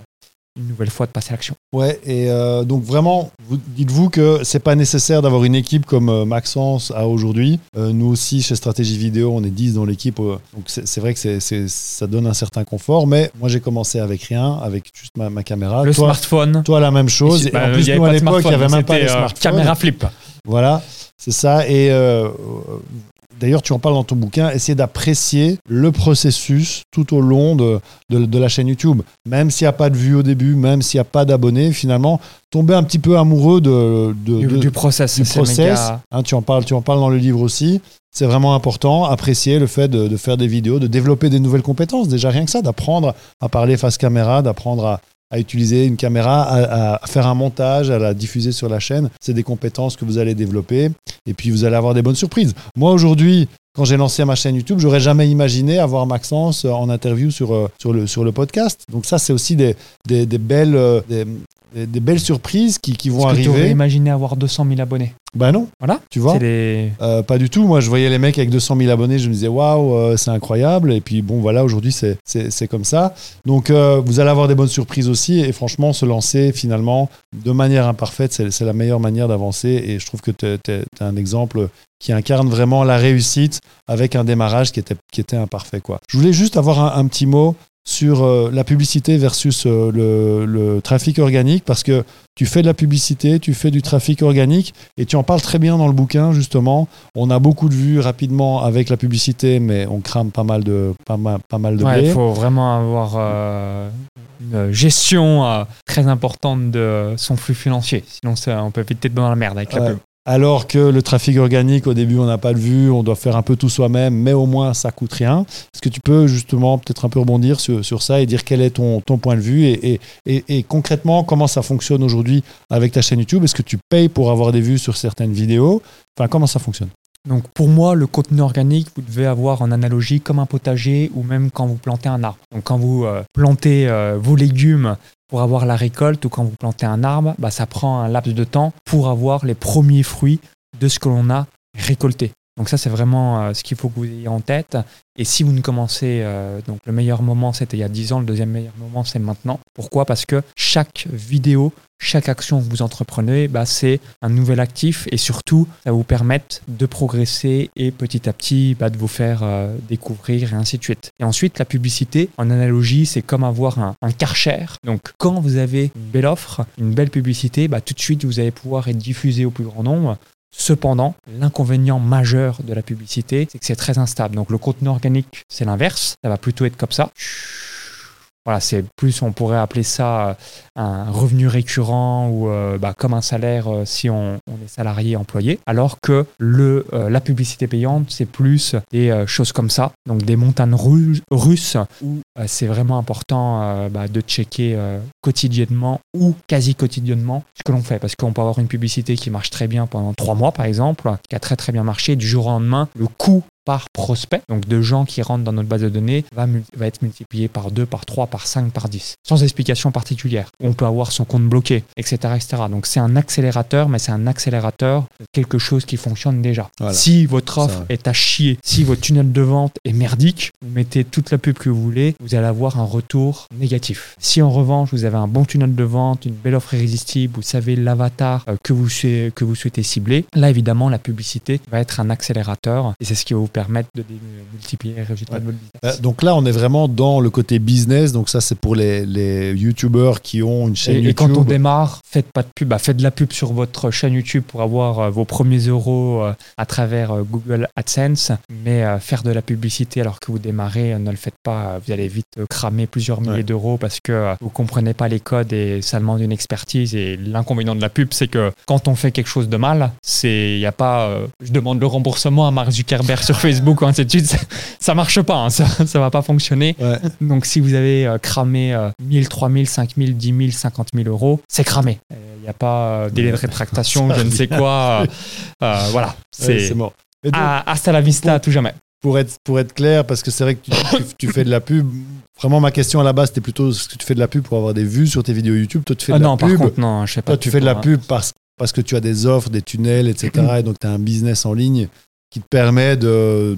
une nouvelle fois de passer à l'action. Ouais, et euh, donc vraiment, vous, dites-vous que c'est pas nécessaire d'avoir une équipe comme euh, Maxence a aujourd'hui. Euh, nous aussi, chez Stratégie Vidéo, on est dix dans l'équipe, euh, donc c'est, c'est vrai que c'est, c'est, ça donne un certain confort, mais moi j'ai commencé avec rien, avec juste ma, ma caméra. Le toi, smartphone. Toi, la même chose. Et, bah, en plus, nous, à l'époque, il n'y avait même pas les euh, smartphones. Caméra flip. Voilà, c'est ça. Et euh, d'ailleurs, tu en parles dans ton bouquin, essayer d'apprécier le processus tout au long de, de, de la chaîne YouTube. Même s'il n'y a pas de vues au début, même s'il n'y a pas d'abonnés, finalement, tomber un petit peu amoureux de, de, du, de, du process. Du process. Méga... Hein, tu, en parles, tu en parles dans le livre aussi. C'est vraiment important, apprécier le fait de, de faire des vidéos, de développer des nouvelles compétences. Déjà rien que ça, d'apprendre à parler face caméra, d'apprendre à à utiliser une caméra, à, à faire un montage, à la diffuser sur la chaîne. C'est des compétences que vous allez développer et puis vous allez avoir des bonnes surprises. Moi, aujourd'hui, quand j'ai lancé ma chaîne YouTube, j'aurais jamais imaginé avoir Maxence en interview sur, sur, le, sur le podcast. Donc ça, c'est aussi des, des, des, belles, des, des, des belles surprises qui, qui vont Est-ce arriver. Que tu aurais imaginé avoir deux cent mille abonnés? Ben non, voilà, tu vois, les... euh, pas du tout. Moi, je voyais les mecs avec deux cent mille abonnés, je me disais waouh, euh, c'est incroyable. Et puis bon, voilà, aujourd'hui, c'est, c'est, c'est comme ça. Donc, euh, vous allez avoir des bonnes surprises aussi. Et franchement, se lancer finalement de manière imparfaite, c'est, c'est la meilleure manière d'avancer. Et je trouve que tu es un exemple qui incarne vraiment la réussite avec un démarrage qui était, qui était imparfait, quoi. Je voulais juste avoir un, un petit mot sur euh, la publicité versus euh, le, le trafic organique, parce que tu fais de la publicité, tu fais du trafic organique et tu en parles très bien dans le bouquin, justement. On a beaucoup de vues rapidement avec la publicité, mais on crame pas mal de, pas mal, pas mal de ouais, blé. Il faut vraiment avoir euh, une gestion euh, très importante de son flux financier. Sinon, ça, on peut vite être dans la merde avec la ouais. pub. Alors que le trafic organique, au début, on n'a pas de vue, on doit faire un peu tout soi-même, mais au moins, ça coûte rien. Est-ce que tu peux justement peut-être un peu rebondir sur, sur ça et dire quel est ton, ton point de vue et, et, et, et concrètement, comment ça fonctionne aujourd'hui avec ta chaîne YouTube? Est-ce que tu payes pour avoir des vues sur certaines vidéos? Enfin, comment ça fonctionne? Donc pour moi, le contenu organique, vous devez avoir en analogie comme un potager ou même quand vous plantez un arbre. Donc quand vous euh, plantez euh, vos légumes pour avoir la récolte ou quand vous plantez un arbre, bah, ça prend un laps de temps pour avoir les premiers fruits de ce que l'on a récolté. Donc ça, c'est vraiment euh, ce qu'il faut que vous ayez en tête. Et si vous ne commencez, euh, donc le meilleur moment, c'était il y a dix ans, le deuxième meilleur moment, c'est maintenant. Pourquoi? Parce que chaque vidéo, chaque action que vous entreprenez, bah, c'est un nouvel actif et surtout, ça va vous permettre de progresser et petit à petit, bah, de vous faire euh, découvrir et ainsi de suite. Et ensuite, la publicité, en analogie, c'est comme avoir un, un Karcher. Donc, quand vous avez une belle offre, une belle publicité, bah, tout de suite, vous allez pouvoir être diffusé au plus grand nombre. Cependant, l'inconvénient majeur de la publicité, c'est que c'est très instable. Donc le contenu organique, c'est l'inverse. Ça va plutôt être comme ça. Voilà, c'est plus, on pourrait appeler ça un revenu récurrent ou euh, bah, comme un salaire euh, si on, on est salarié employé. Alors que le, euh, la publicité payante, c'est plus des euh, choses comme ça. Donc des montagnes ru- russes où euh, c'est vraiment important euh, bah, de checker euh, quotidiennement ou quasi quotidiennement ce que l'on fait. Parce qu'on peut avoir une publicité qui marche très bien pendant trois mois, par exemple, qui a très très bien marché. Du jour au lendemain, le coût par prospect, donc de gens qui rentrent dans notre base de données, va, mul- va être multiplié par deux, par trois, par cinq, par dix, sans explication particulière. On peut avoir son compte bloqué, et cetera, et cetera. Donc c'est un accélérateur, mais c'est un accélérateur de quelque chose qui fonctionne déjà. Voilà. Si votre offre Ça, ouais. est à chier, si votre tunnel de vente est merdique, vous mettez toute la pub que vous voulez, vous allez avoir un retour négatif. Si en revanche, vous avez un bon tunnel de vente, une belle offre irrésistible, vous savez l'avatar euh, que, vous, que vous souhaitez cibler, là évidemment la publicité va être un accélérateur et c'est ce qui va vous permettre de multiplier les résultats ouais. de votre business. Euh, donc là, on est vraiment dans le côté business. Donc ça, c'est pour les, les YouTubeurs qui ont une chaîne et, YouTube. Et quand on démarre, faites pas de pub. Bah, faites de la pub sur votre chaîne YouTube pour avoir euh, vos premiers euros euh, à travers euh, Google AdSense. Mais euh, faire de la publicité alors que vous démarrez, euh, ne le faites pas. Vous allez vite euh, cramer plusieurs milliers ouais. d'euros parce que euh, vous comprenez pas les codes et ça demande une expertise. Et l'inconvénient de la pub, c'est que quand on fait quelque chose de mal, c'est, y a pas, euh, je demande le remboursement à Mark Zuckerberg sur Facebook ou ainsi de suite, ça, ça marche pas, hein, ça, ça va pas fonctionner. Ouais. Donc si vous avez euh, cramé euh, mille, trois mille, cinq mille, dix mille, cinquante mille euros, c'est cramé. Il n'y a pas euh, délai de rétractation, je ne sais quoi. Euh, voilà, c'est, ouais, c'est mort. Donc, à, hasta la vista, à tout jamais. Pour être, pour être clair, parce que c'est vrai que tu, tu, tu fais de la pub. Vraiment, ma question à la base, c'était plutôt est-ce que tu fais de la pub pour avoir des vues sur tes vidéos YouTube? Toi, tu fais de ah la non, pub. Par contre, non, je sais pas. Toi, tu fais de la pub parce, parce que tu as des offres, des tunnels, et cetera. Et donc, tu as un business en ligne qui te permet de,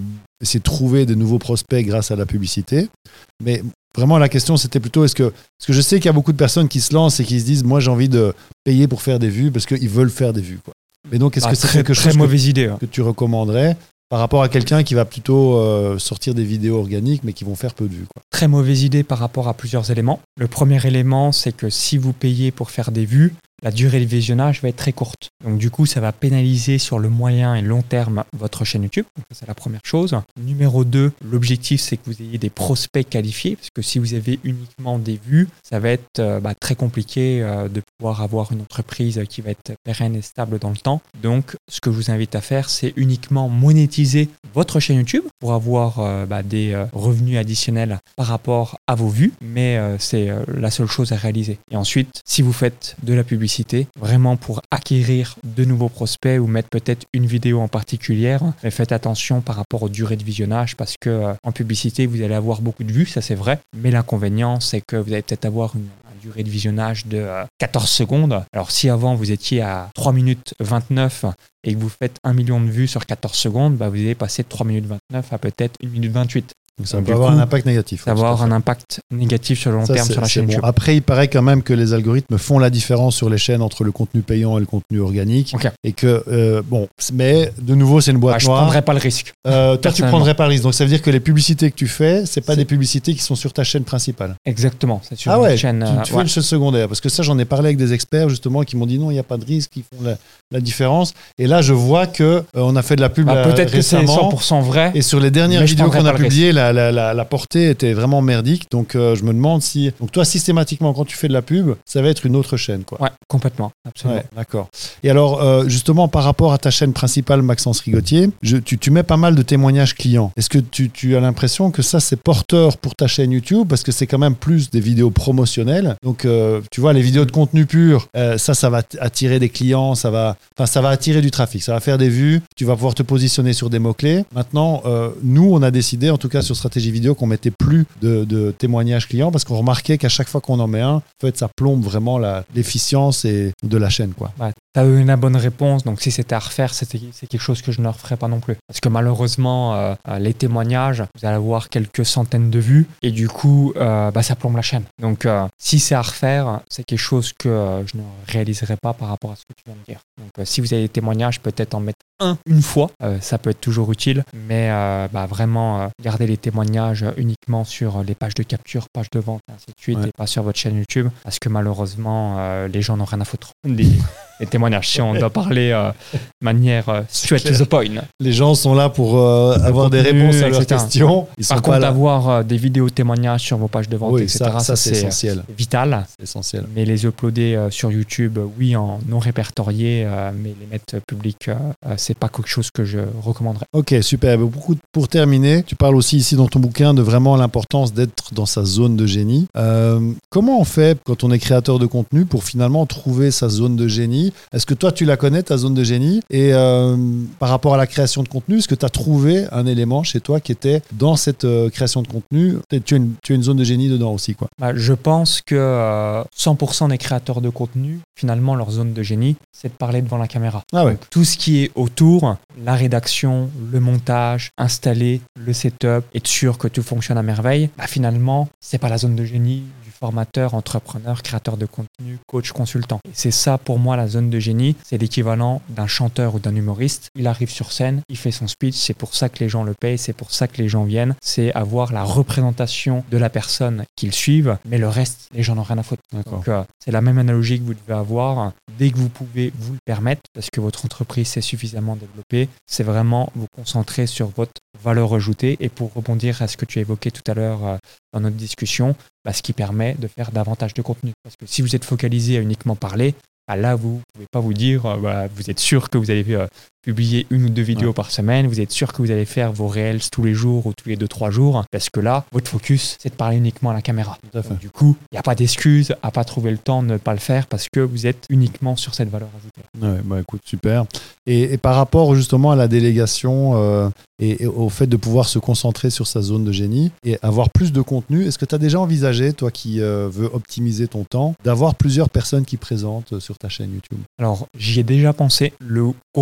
essayer de trouver de nouveaux prospects grâce à la publicité. Mais vraiment, la question, c'était plutôt, est-ce que, parce que je sais qu'il y a beaucoup de personnes qui se lancent et qui se disent, moi, j'ai envie de payer pour faire des vues parce qu'ils veulent faire des vues, quoi. Mais donc, est-ce bah, que c'est très, quelque très chose mauvaise que, idée, hein. que tu recommanderais par rapport à quelqu'un qui va plutôt euh, sortir des vidéos organiques, mais qui vont faire peu de vues, quoi? Très mauvaise idée par rapport à plusieurs éléments. Le premier élément, c'est que si vous payez pour faire des vues, la durée de visionnage va être très courte. Donc du coup, ça va pénaliser sur le moyen et long terme votre chaîne YouTube. Donc ça, c'est la première chose. Numéro deux, l'objectif, c'est que vous ayez des prospects qualifiés, parce que si vous avez uniquement des vues, ça va être euh, bah, très compliqué euh, de pouvoir avoir une entreprise qui va être pérenne et stable dans le temps. Donc, ce que je vous invite à faire, c'est uniquement monétiser votre chaîne YouTube pour avoir euh, bah, des euh, revenus additionnels par rapport à vos vues, mais euh, c'est euh, la seule chose à réaliser. Et ensuite, si vous faites de la publicité, vraiment pour acquérir de nouveaux prospects ou mettre peut-être une vidéo en particulier, mais faites attention par rapport aux durées de visionnage parce que euh, en publicité, vous allez avoir beaucoup de vues, ça c'est vrai, mais l'inconvénient, c'est que vous allez peut-être avoir une durée de visionnage de euh, quatorze secondes. Alors si avant vous étiez à trois minutes vingt-neuf et que vous faites un million de vues sur quatorze secondes, bah, vous allez passer de trois minutes vingt-neuf à peut-être une minute vingt-huit. Donc ça peut avoir coup, un impact négatif. Ça va avoir un impact négatif sur le long ça, terme sur la chaîne bon. YouTube. Après, il paraît quand même que les algorithmes font la différence sur les chaînes entre le contenu payant et le contenu organique. Okay. Et que, euh, bon, mais de nouveau, c'est une boîte bah, noire. Je ne prendrais pas le risque. Euh, toi, tu ne prendrais pas le risque. Donc ça veut dire que les publicités que tu fais, ce n'est pas des publicités qui sont sur ta chaîne principale. Exactement. C'est sur ah ouais, chaîne, tu, tu euh, fais une chaîne secondaire. Parce que ça, j'en ai parlé avec des experts justement qui m'ont dit non, il n'y a pas de risque, ils font la, la différence. Et là, je vois qu'on euh, on a fait de la pub bah, là, peut-être récemment. Que c'est cent pour cent vrai. Et sur les dernières vidéos qu'on a publiées, la, la, la, la portée était vraiment merdique. Donc, euh, je me demande si... Donc, toi, systématiquement, quand tu fais de la pub, ça va être une autre chaîne, quoi. Ouais, complètement. Absolument. Ouais, d'accord. Et alors, euh, justement, par rapport à ta chaîne principale, Maxence Rigotier, je, tu, tu mets pas mal de témoignages clients. Est-ce que tu, tu as l'impression que ça, c'est porteur pour ta chaîne YouTube? Parce que c'est quand même plus des vidéos promotionnelles. Donc, euh, tu vois, les vidéos de contenu pur, euh, ça, ça va attirer des clients, ça va, enfin, ça va attirer du trafic, ça va faire des vues, tu vas pouvoir te positionner sur des mots-clés. Maintenant, euh, nous, on a décidé, en tout cas sur Stratégie Vidéo, qu'on mettait plus de, de témoignages clients parce qu'on remarquait qu'à chaque fois qu'on en met un, en fait, ça plombe vraiment la, l'efficience et, de la chaîne, quoi. Ouais, tu as eu la bonne réponse. Donc, si c'était à refaire, c'était, c'est quelque chose que je ne referais pas non plus. Parce que malheureusement, euh, les témoignages, vous allez avoir quelques centaines de vues et du coup, euh, bah, ça plombe la chaîne. Donc, euh, si c'est à refaire, c'est quelque chose que euh, je ne réaliserai pas par rapport à ce que tu viens de dire. Donc, euh, si vous avez des témoignages, peut-être en mettre un, une fois, euh, ça peut être toujours utile. Mais euh, bah, vraiment, euh, garder les témoignages uniquement sur les pages de capture, pages de vente, et ainsi de suite, ouais. Et pas sur votre chaîne YouTube. Parce que malheureusement, euh, les gens n'ont rien à foutre des, des témoignages. Si on doit parler euh, de manière euh, straight to the point. Les gens sont là pour euh, avoir contenu, des réponses à leurs questions. Ils Par sont contre, pas avoir euh, des vidéos témoignages sur vos pages de vente, oui, et cetera, ça, ça, ça c'est, c'est essentiel. vital. C'est essentiel. Mais les uploader euh, sur YouTube, oui, en non répertorié, euh, mais les mettre publics, euh, c'est pas quelque chose que je recommanderais. Ok, super. Pour, pour terminer, tu parles aussi ici dans ton bouquin de vraiment l'importance d'être dans sa zone de génie. Euh, comment on fait quand on est créateur de contenu pour finalement trouver sa zone de génie? Est-ce que toi, tu la connais, ta zone de génie? Et euh, par rapport à la création de contenu, est-ce que tu as trouvé un élément chez toi qui était dans cette euh, création de contenu? Tu as, une, tu as une zone de génie dedans aussi, quoi. Bah, je pense que euh, cent pour cent des créateurs de contenu, finalement, leur zone de génie, c'est de parler devant la caméra. Ah ouais. Donc, tout ce qui est autour, la rédaction, le montage, installer le setup, être sûr que tout fonctionne à merveille, bah, finalement, c'est pas la zone de génie du formateur, entrepreneur, créateur de contenu, coach, consultant. Et c'est ça pour moi la zone de génie, c'est l'équivalent d'un chanteur ou d'un humoriste. Il arrive sur scène, il fait son speech, c'est pour ça que les gens le payent, c'est pour ça que les gens viennent, c'est avoir la représentation de la personne qu'ils suivent, mais le reste, les gens n'ont rien à foutre. D'accord. Donc euh, c'est la même analogie que vous devez avoir dès que vous pouvez vous le permettre, parce que votre entreprise s'est suffisamment développée, c'est vraiment vous concentrer sur votre valeur ajoutée. Et pour rebondir à ce que tu as évoqué tout à l'heure euh, dans notre discussion, bah, ce qui permet de faire davantage de contenu. Parce que si vous êtes focalisé à uniquement parler, bah là, vous ne pouvez pas vous dire, euh, bah, vous êtes sûr que vous allez euh, publier une ou deux vidéos ouais. par semaine, vous êtes sûr que vous allez faire vos reels tous les jours ou tous les deux, trois jours, parce que là, votre focus, c'est de parler uniquement à la caméra. Tout à fait. Donc, du coup, il n'y a pas d'excuse à pas trouver le temps de ne pas le faire parce que vous êtes uniquement sur cette valeur ajoutée. Ouais, bah écoute, super. Et, et par rapport justement à la délégation euh, et, et au fait de pouvoir se concentrer sur sa zone de génie et avoir plus de contenu, est-ce que tu as déjà envisagé, toi qui euh, veux optimiser ton temps, d'avoir plusieurs personnes qui présentent sur ta chaîne YouTube? Alors, j'y ai déjà pensé. Le gros inconvénient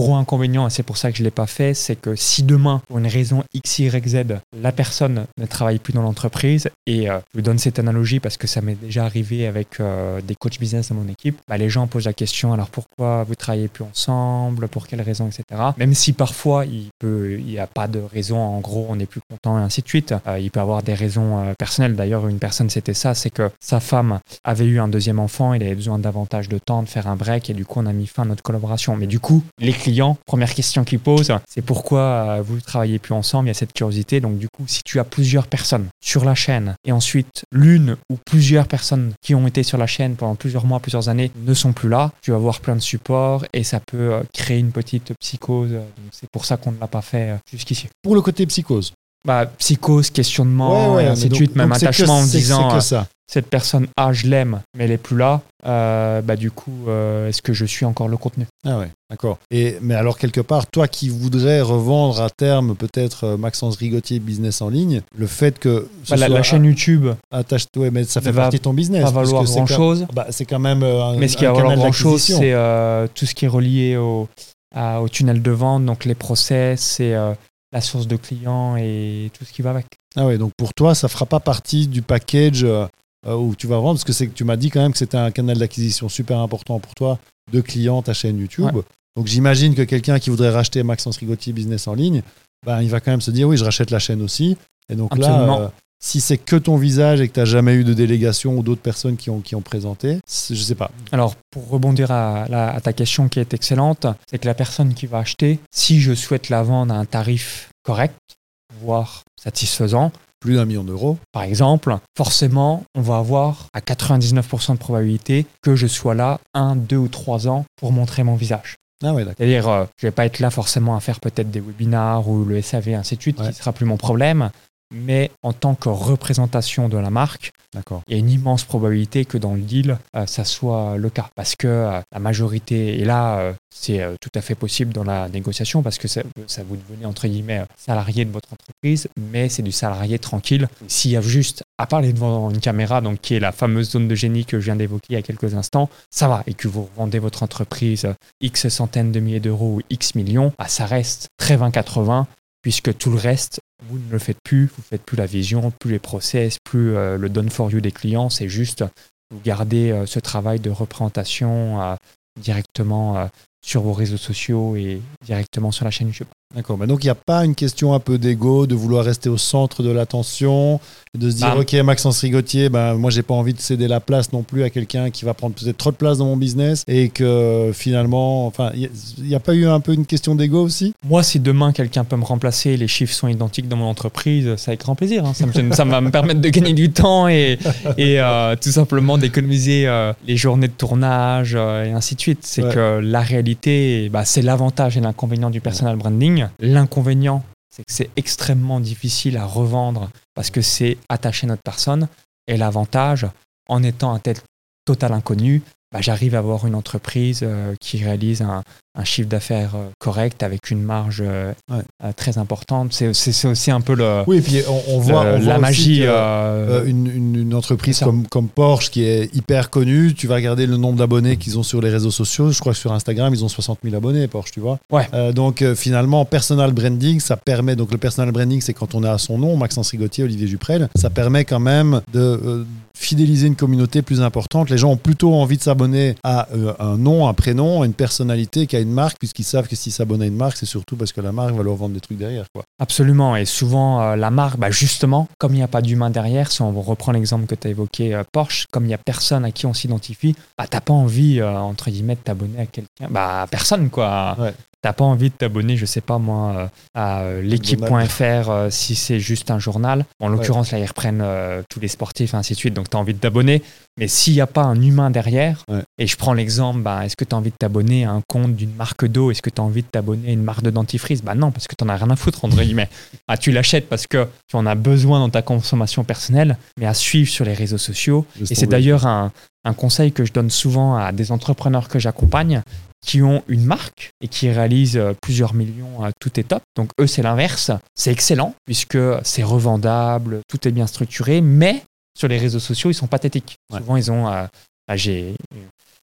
l'inconvénient, et c'est pour ça que je ne l'ai pas fait, c'est que si demain, pour une raison X, Y, Z, la personne ne travaille plus dans l'entreprise, et euh, je vous donne cette analogie parce que ça m'est déjà arrivé avec euh, des coachs business dans mon équipe, bah, les gens posent la question, alors pourquoi vous ne travaillez plus ensemble, pour quelles raisons, et cetera. Même si parfois, il peut, il n'y a pas de raison, en gros, on n'est plus content, et ainsi de suite. Euh, il peut avoir des raisons euh, personnelles. D'ailleurs, une personne, c'était ça, c'est que sa femme avait eu un deuxième enfant, il avait besoin davantage de temps, de faire un break, et du coup, on a mis fin à notre collaboration. Mais du coup, les clients, première question qu'ils posent, c'est pourquoi euh, vous ne travaillez plus ensemble, il y a cette curiosité. Donc du coup, si tu as plusieurs personnes sur la chaîne, et ensuite l'une ou plusieurs personnes qui ont été sur la chaîne pendant plusieurs mois, plusieurs années, ne sont plus là, tu vas avoir plein de supports, et ça peut euh, créer une petite psychose. Donc c'est pour ça qu'on ne l'a pas fait euh, jusqu'ici. Pour le côté psychose. Bah, psychose, questionnement, ouais, ouais, et ainsi de donc, suite, même donc attachement que, en c'est, disant c'est que ça. euh, cette personne, ah, je l'aime, mais elle n'est plus là. Euh, bah, du coup, euh, est-ce que je suis encore le contenu? Ah ouais, d'accord. Et, mais alors, quelque part, toi qui voudrais revendre à terme peut-être euh, Maxence Rigotier Business en ligne, le fait que ce bah, la, soit la chaîne YouTube attache, ouais, mais ça fait va partie de ton business. pas valoir puisque grand-chose. C'est, bah, c'est quand même euh, un, mais ce qui un va valoir canal grand-chose, d'acquisition. c'est euh, tout ce qui est relié au, à, au tunnel de vente, donc les process et euh, la source de clients et tout ce qui va avec. Ah ouais, donc pour toi, ça ne fera pas partie du package euh, où tu vas vendre, parce que c'est que tu m'as dit quand même que c'était un canal d'acquisition super important pour toi de clients, ta chaîne YouTube. Ouais. Donc j'imagine que quelqu'un qui voudrait racheter Maxence Rigotier Business en ligne, ben, il va quand même se dire oui, je rachète la chaîne aussi. Et donc Absolument. là, euh, si c'est que ton visage et que tu n'as jamais eu de délégation ou d'autres personnes qui ont, qui ont présenté, je ne sais pas. Alors, pour rebondir à, la, à ta question qui est excellente, c'est que la personne qui va acheter, si je souhaite la vendre à un tarif correct, voire satisfaisant, plus d'un million d'euros, par exemple, forcément, on va avoir à quatre-vingt-dix-neuf pour cent de probabilité que je sois là un, deux ou trois ans pour montrer mon visage. Ah ouais, d'accord. C'est-à-dire, euh, je ne vais pas être là forcément à faire peut-être des webinars ou le S A V, ainsi de suite, ouais. qui ne sera plus mon problème. Mais en tant que représentation de la marque, d'accord. il y a une immense probabilité que dans le deal, euh, ça soit le cas. Parce que euh, la majorité, et là, euh, c'est euh, tout à fait possible dans la négociation, parce que ça, ça vous devenez, entre guillemets, salarié de votre entreprise, mais c'est du salarié tranquille. S'il y a juste à parler devant une caméra, donc qui est la fameuse zone de génie que je viens d'évoquer il y a quelques instants, ça va. Et que vous revendez votre entreprise X centaines de milliers d'euros ou X millions, bah, ça reste très vingt quatre-vingts, puisque tout le reste, vous ne le faites plus, vous ne faites plus la vision, plus les process, plus euh, le done for you des clients, c'est juste vous gardez euh, ce travail de représentation euh, directement euh, sur vos réseaux sociaux et directement sur la chaîne YouTube. D'accord, mais donc il n'y a pas une question un peu d'ego, de vouloir rester au centre de l'attention, de se dire bah, ok Maxence Rigotier, ben, moi j'ai pas envie de céder la place non plus à quelqu'un qui va prendre peut-être trop de place dans mon business et que finalement, enfin, il n'y a, a pas eu un peu une question d'ego aussi? Moi, si demain quelqu'un peut me remplacer, les chiffres sont identiques dans mon entreprise, c'est avec grand plaisir. Hein. Ça, me, ça va me permettre de gagner du temps et, et euh, tout simplement d'économiser euh, les journées de tournage euh, et ainsi de suite. C'est ouais. que la réalité, bah, c'est l'avantage et l'inconvénient du personal branding. L'inconvénient, c'est que c'est extrêmement difficile à revendre parce que c'est attaché à notre personne. Et l'avantage, en étant un tel total inconnu, bah, j'arrive à avoir une entreprise euh, qui réalise un, un chiffre d'affaires euh, correct avec une marge euh, ouais. euh, très importante. C'est, c'est, c'est aussi un peu le, oui, et puis on, on voit, le, on voit la magie. Que, euh, une, une, une entreprise comme, comme Porsche qui est hyper connue, tu vas regarder le nombre d'abonnés qu'ils ont sur les réseaux sociaux. Je crois que sur Instagram, ils ont soixante mille abonnés, Porsche, tu vois. Ouais. Euh, donc euh, finalement, personal branding, ça permet. Donc le personal branding, c'est quand on est à son nom, Maxence Rigotier, Olivier Juprel, ça permet quand même de euh, fidéliser une communauté plus importante. Les gens ont plutôt envie de s'abonner à euh, un nom, un prénom, à une personnalité qu'à une marque, puisqu'ils savent que s'ils s'abonnent à une marque, c'est surtout parce que la marque va leur vendre des trucs derrière, quoi. Absolument. Et souvent, euh, la marque, bah, justement, comme il n'y a pas d'humain derrière, si on reprend l'exemple que tu as évoqué, euh, Porsche, comme il n'y a personne à qui on s'identifie, bah, tu n'as pas envie, euh, entre guillemets, de t'abonner à quelqu'un. Bah, à personne, quoi. Ouais. T'as pas envie de t'abonner, je sais pas moi, à l'équipe point F R euh, si c'est juste un journal. En l'occurrence, ouais. là, ils reprennent euh, tous les sportifs, et ainsi de suite. Donc, tu as envie de t'abonner. Mais s'il n'y a pas un humain derrière, ouais. et je prends l'exemple, bah, est-ce que tu as envie de t'abonner à un compte d'une marque d'eau? Est-ce que tu as envie de t'abonner à une marque de dentifrice? Bah non, parce que tu n'en as rien à foutre, entre guillemets. Ah, tu l'achètes parce que tu en as besoin dans ta consommation personnelle, mais à suivre sur les réseaux sociaux. Juste et c'est d'ailleurs un, un conseil que je donne souvent à des entrepreneurs que j'accompagne, qui ont une marque et qui réalisent plusieurs millions, tout est top. Donc eux, c'est l'inverse. C'est excellent puisque c'est revendable, tout est bien structuré, mais sur les réseaux sociaux, ils sont pathétiques. Ouais. Souvent, ils ont... Euh, bah, j'ai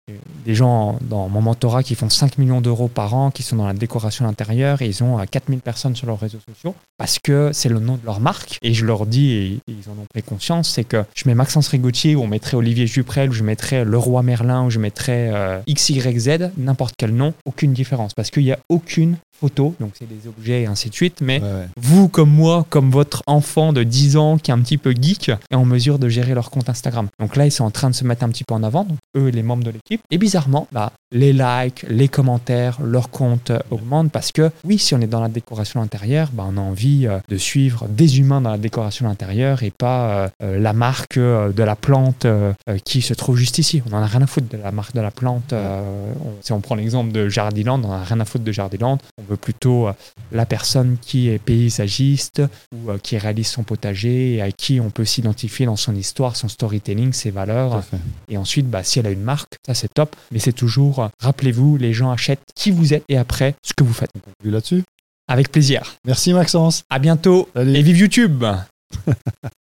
des gens dans mon mentorat qui font cinq millions d'euros par an, qui sont dans la décoration intérieure et ils ont quatre mille personnes sur leurs réseaux sociaux parce que c'est le nom de leur marque. Et je leur dis, et ils en ont pris conscience, c'est que je mets Maxence Rigotier ou on mettrait Olivier Juprel ou je mettrais Leroy Merlin ou je mettrais euh, X Y Z, n'importe quel nom, aucune différence parce qu'il n'y a aucune photo, donc c'est des objets et ainsi de suite, mais Ouais, ouais. vous comme moi, comme votre enfant de dix ans qui est un petit peu geek, est en mesure de gérer leur compte Instagram. Donc là, ils sont en train de se mettre un petit peu en avant, donc eux, les membres de l'équipe. Et bizarrement, bah, les likes, les commentaires, leur compte euh, augmentent parce que oui, si on est dans la décoration intérieure, bah, on a envie euh, de suivre des humains dans la décoration intérieure et pas euh, euh, la marque euh, de la plante euh, euh, qui se trouve juste ici. On en a rien à foutre de la marque de la plante. Euh, on, si on prend l'exemple de Jardiland, on en a rien à foutre de Jardiland. On veut plutôt euh, la personne qui est paysagiste ou euh, qui réalise son potager et à qui on peut s'identifier dans son histoire, son storytelling, ses valeurs. Tout à fait. Et ensuite, bah, si elle a une marque, ça c'est top. Mais c'est toujours, euh, rappelez-vous, les gens achètent qui vous êtes et après ce que vous faites. Vu là-dessus. Avec plaisir. Merci Maxence. À bientôt. Salut. Et vive YouTube!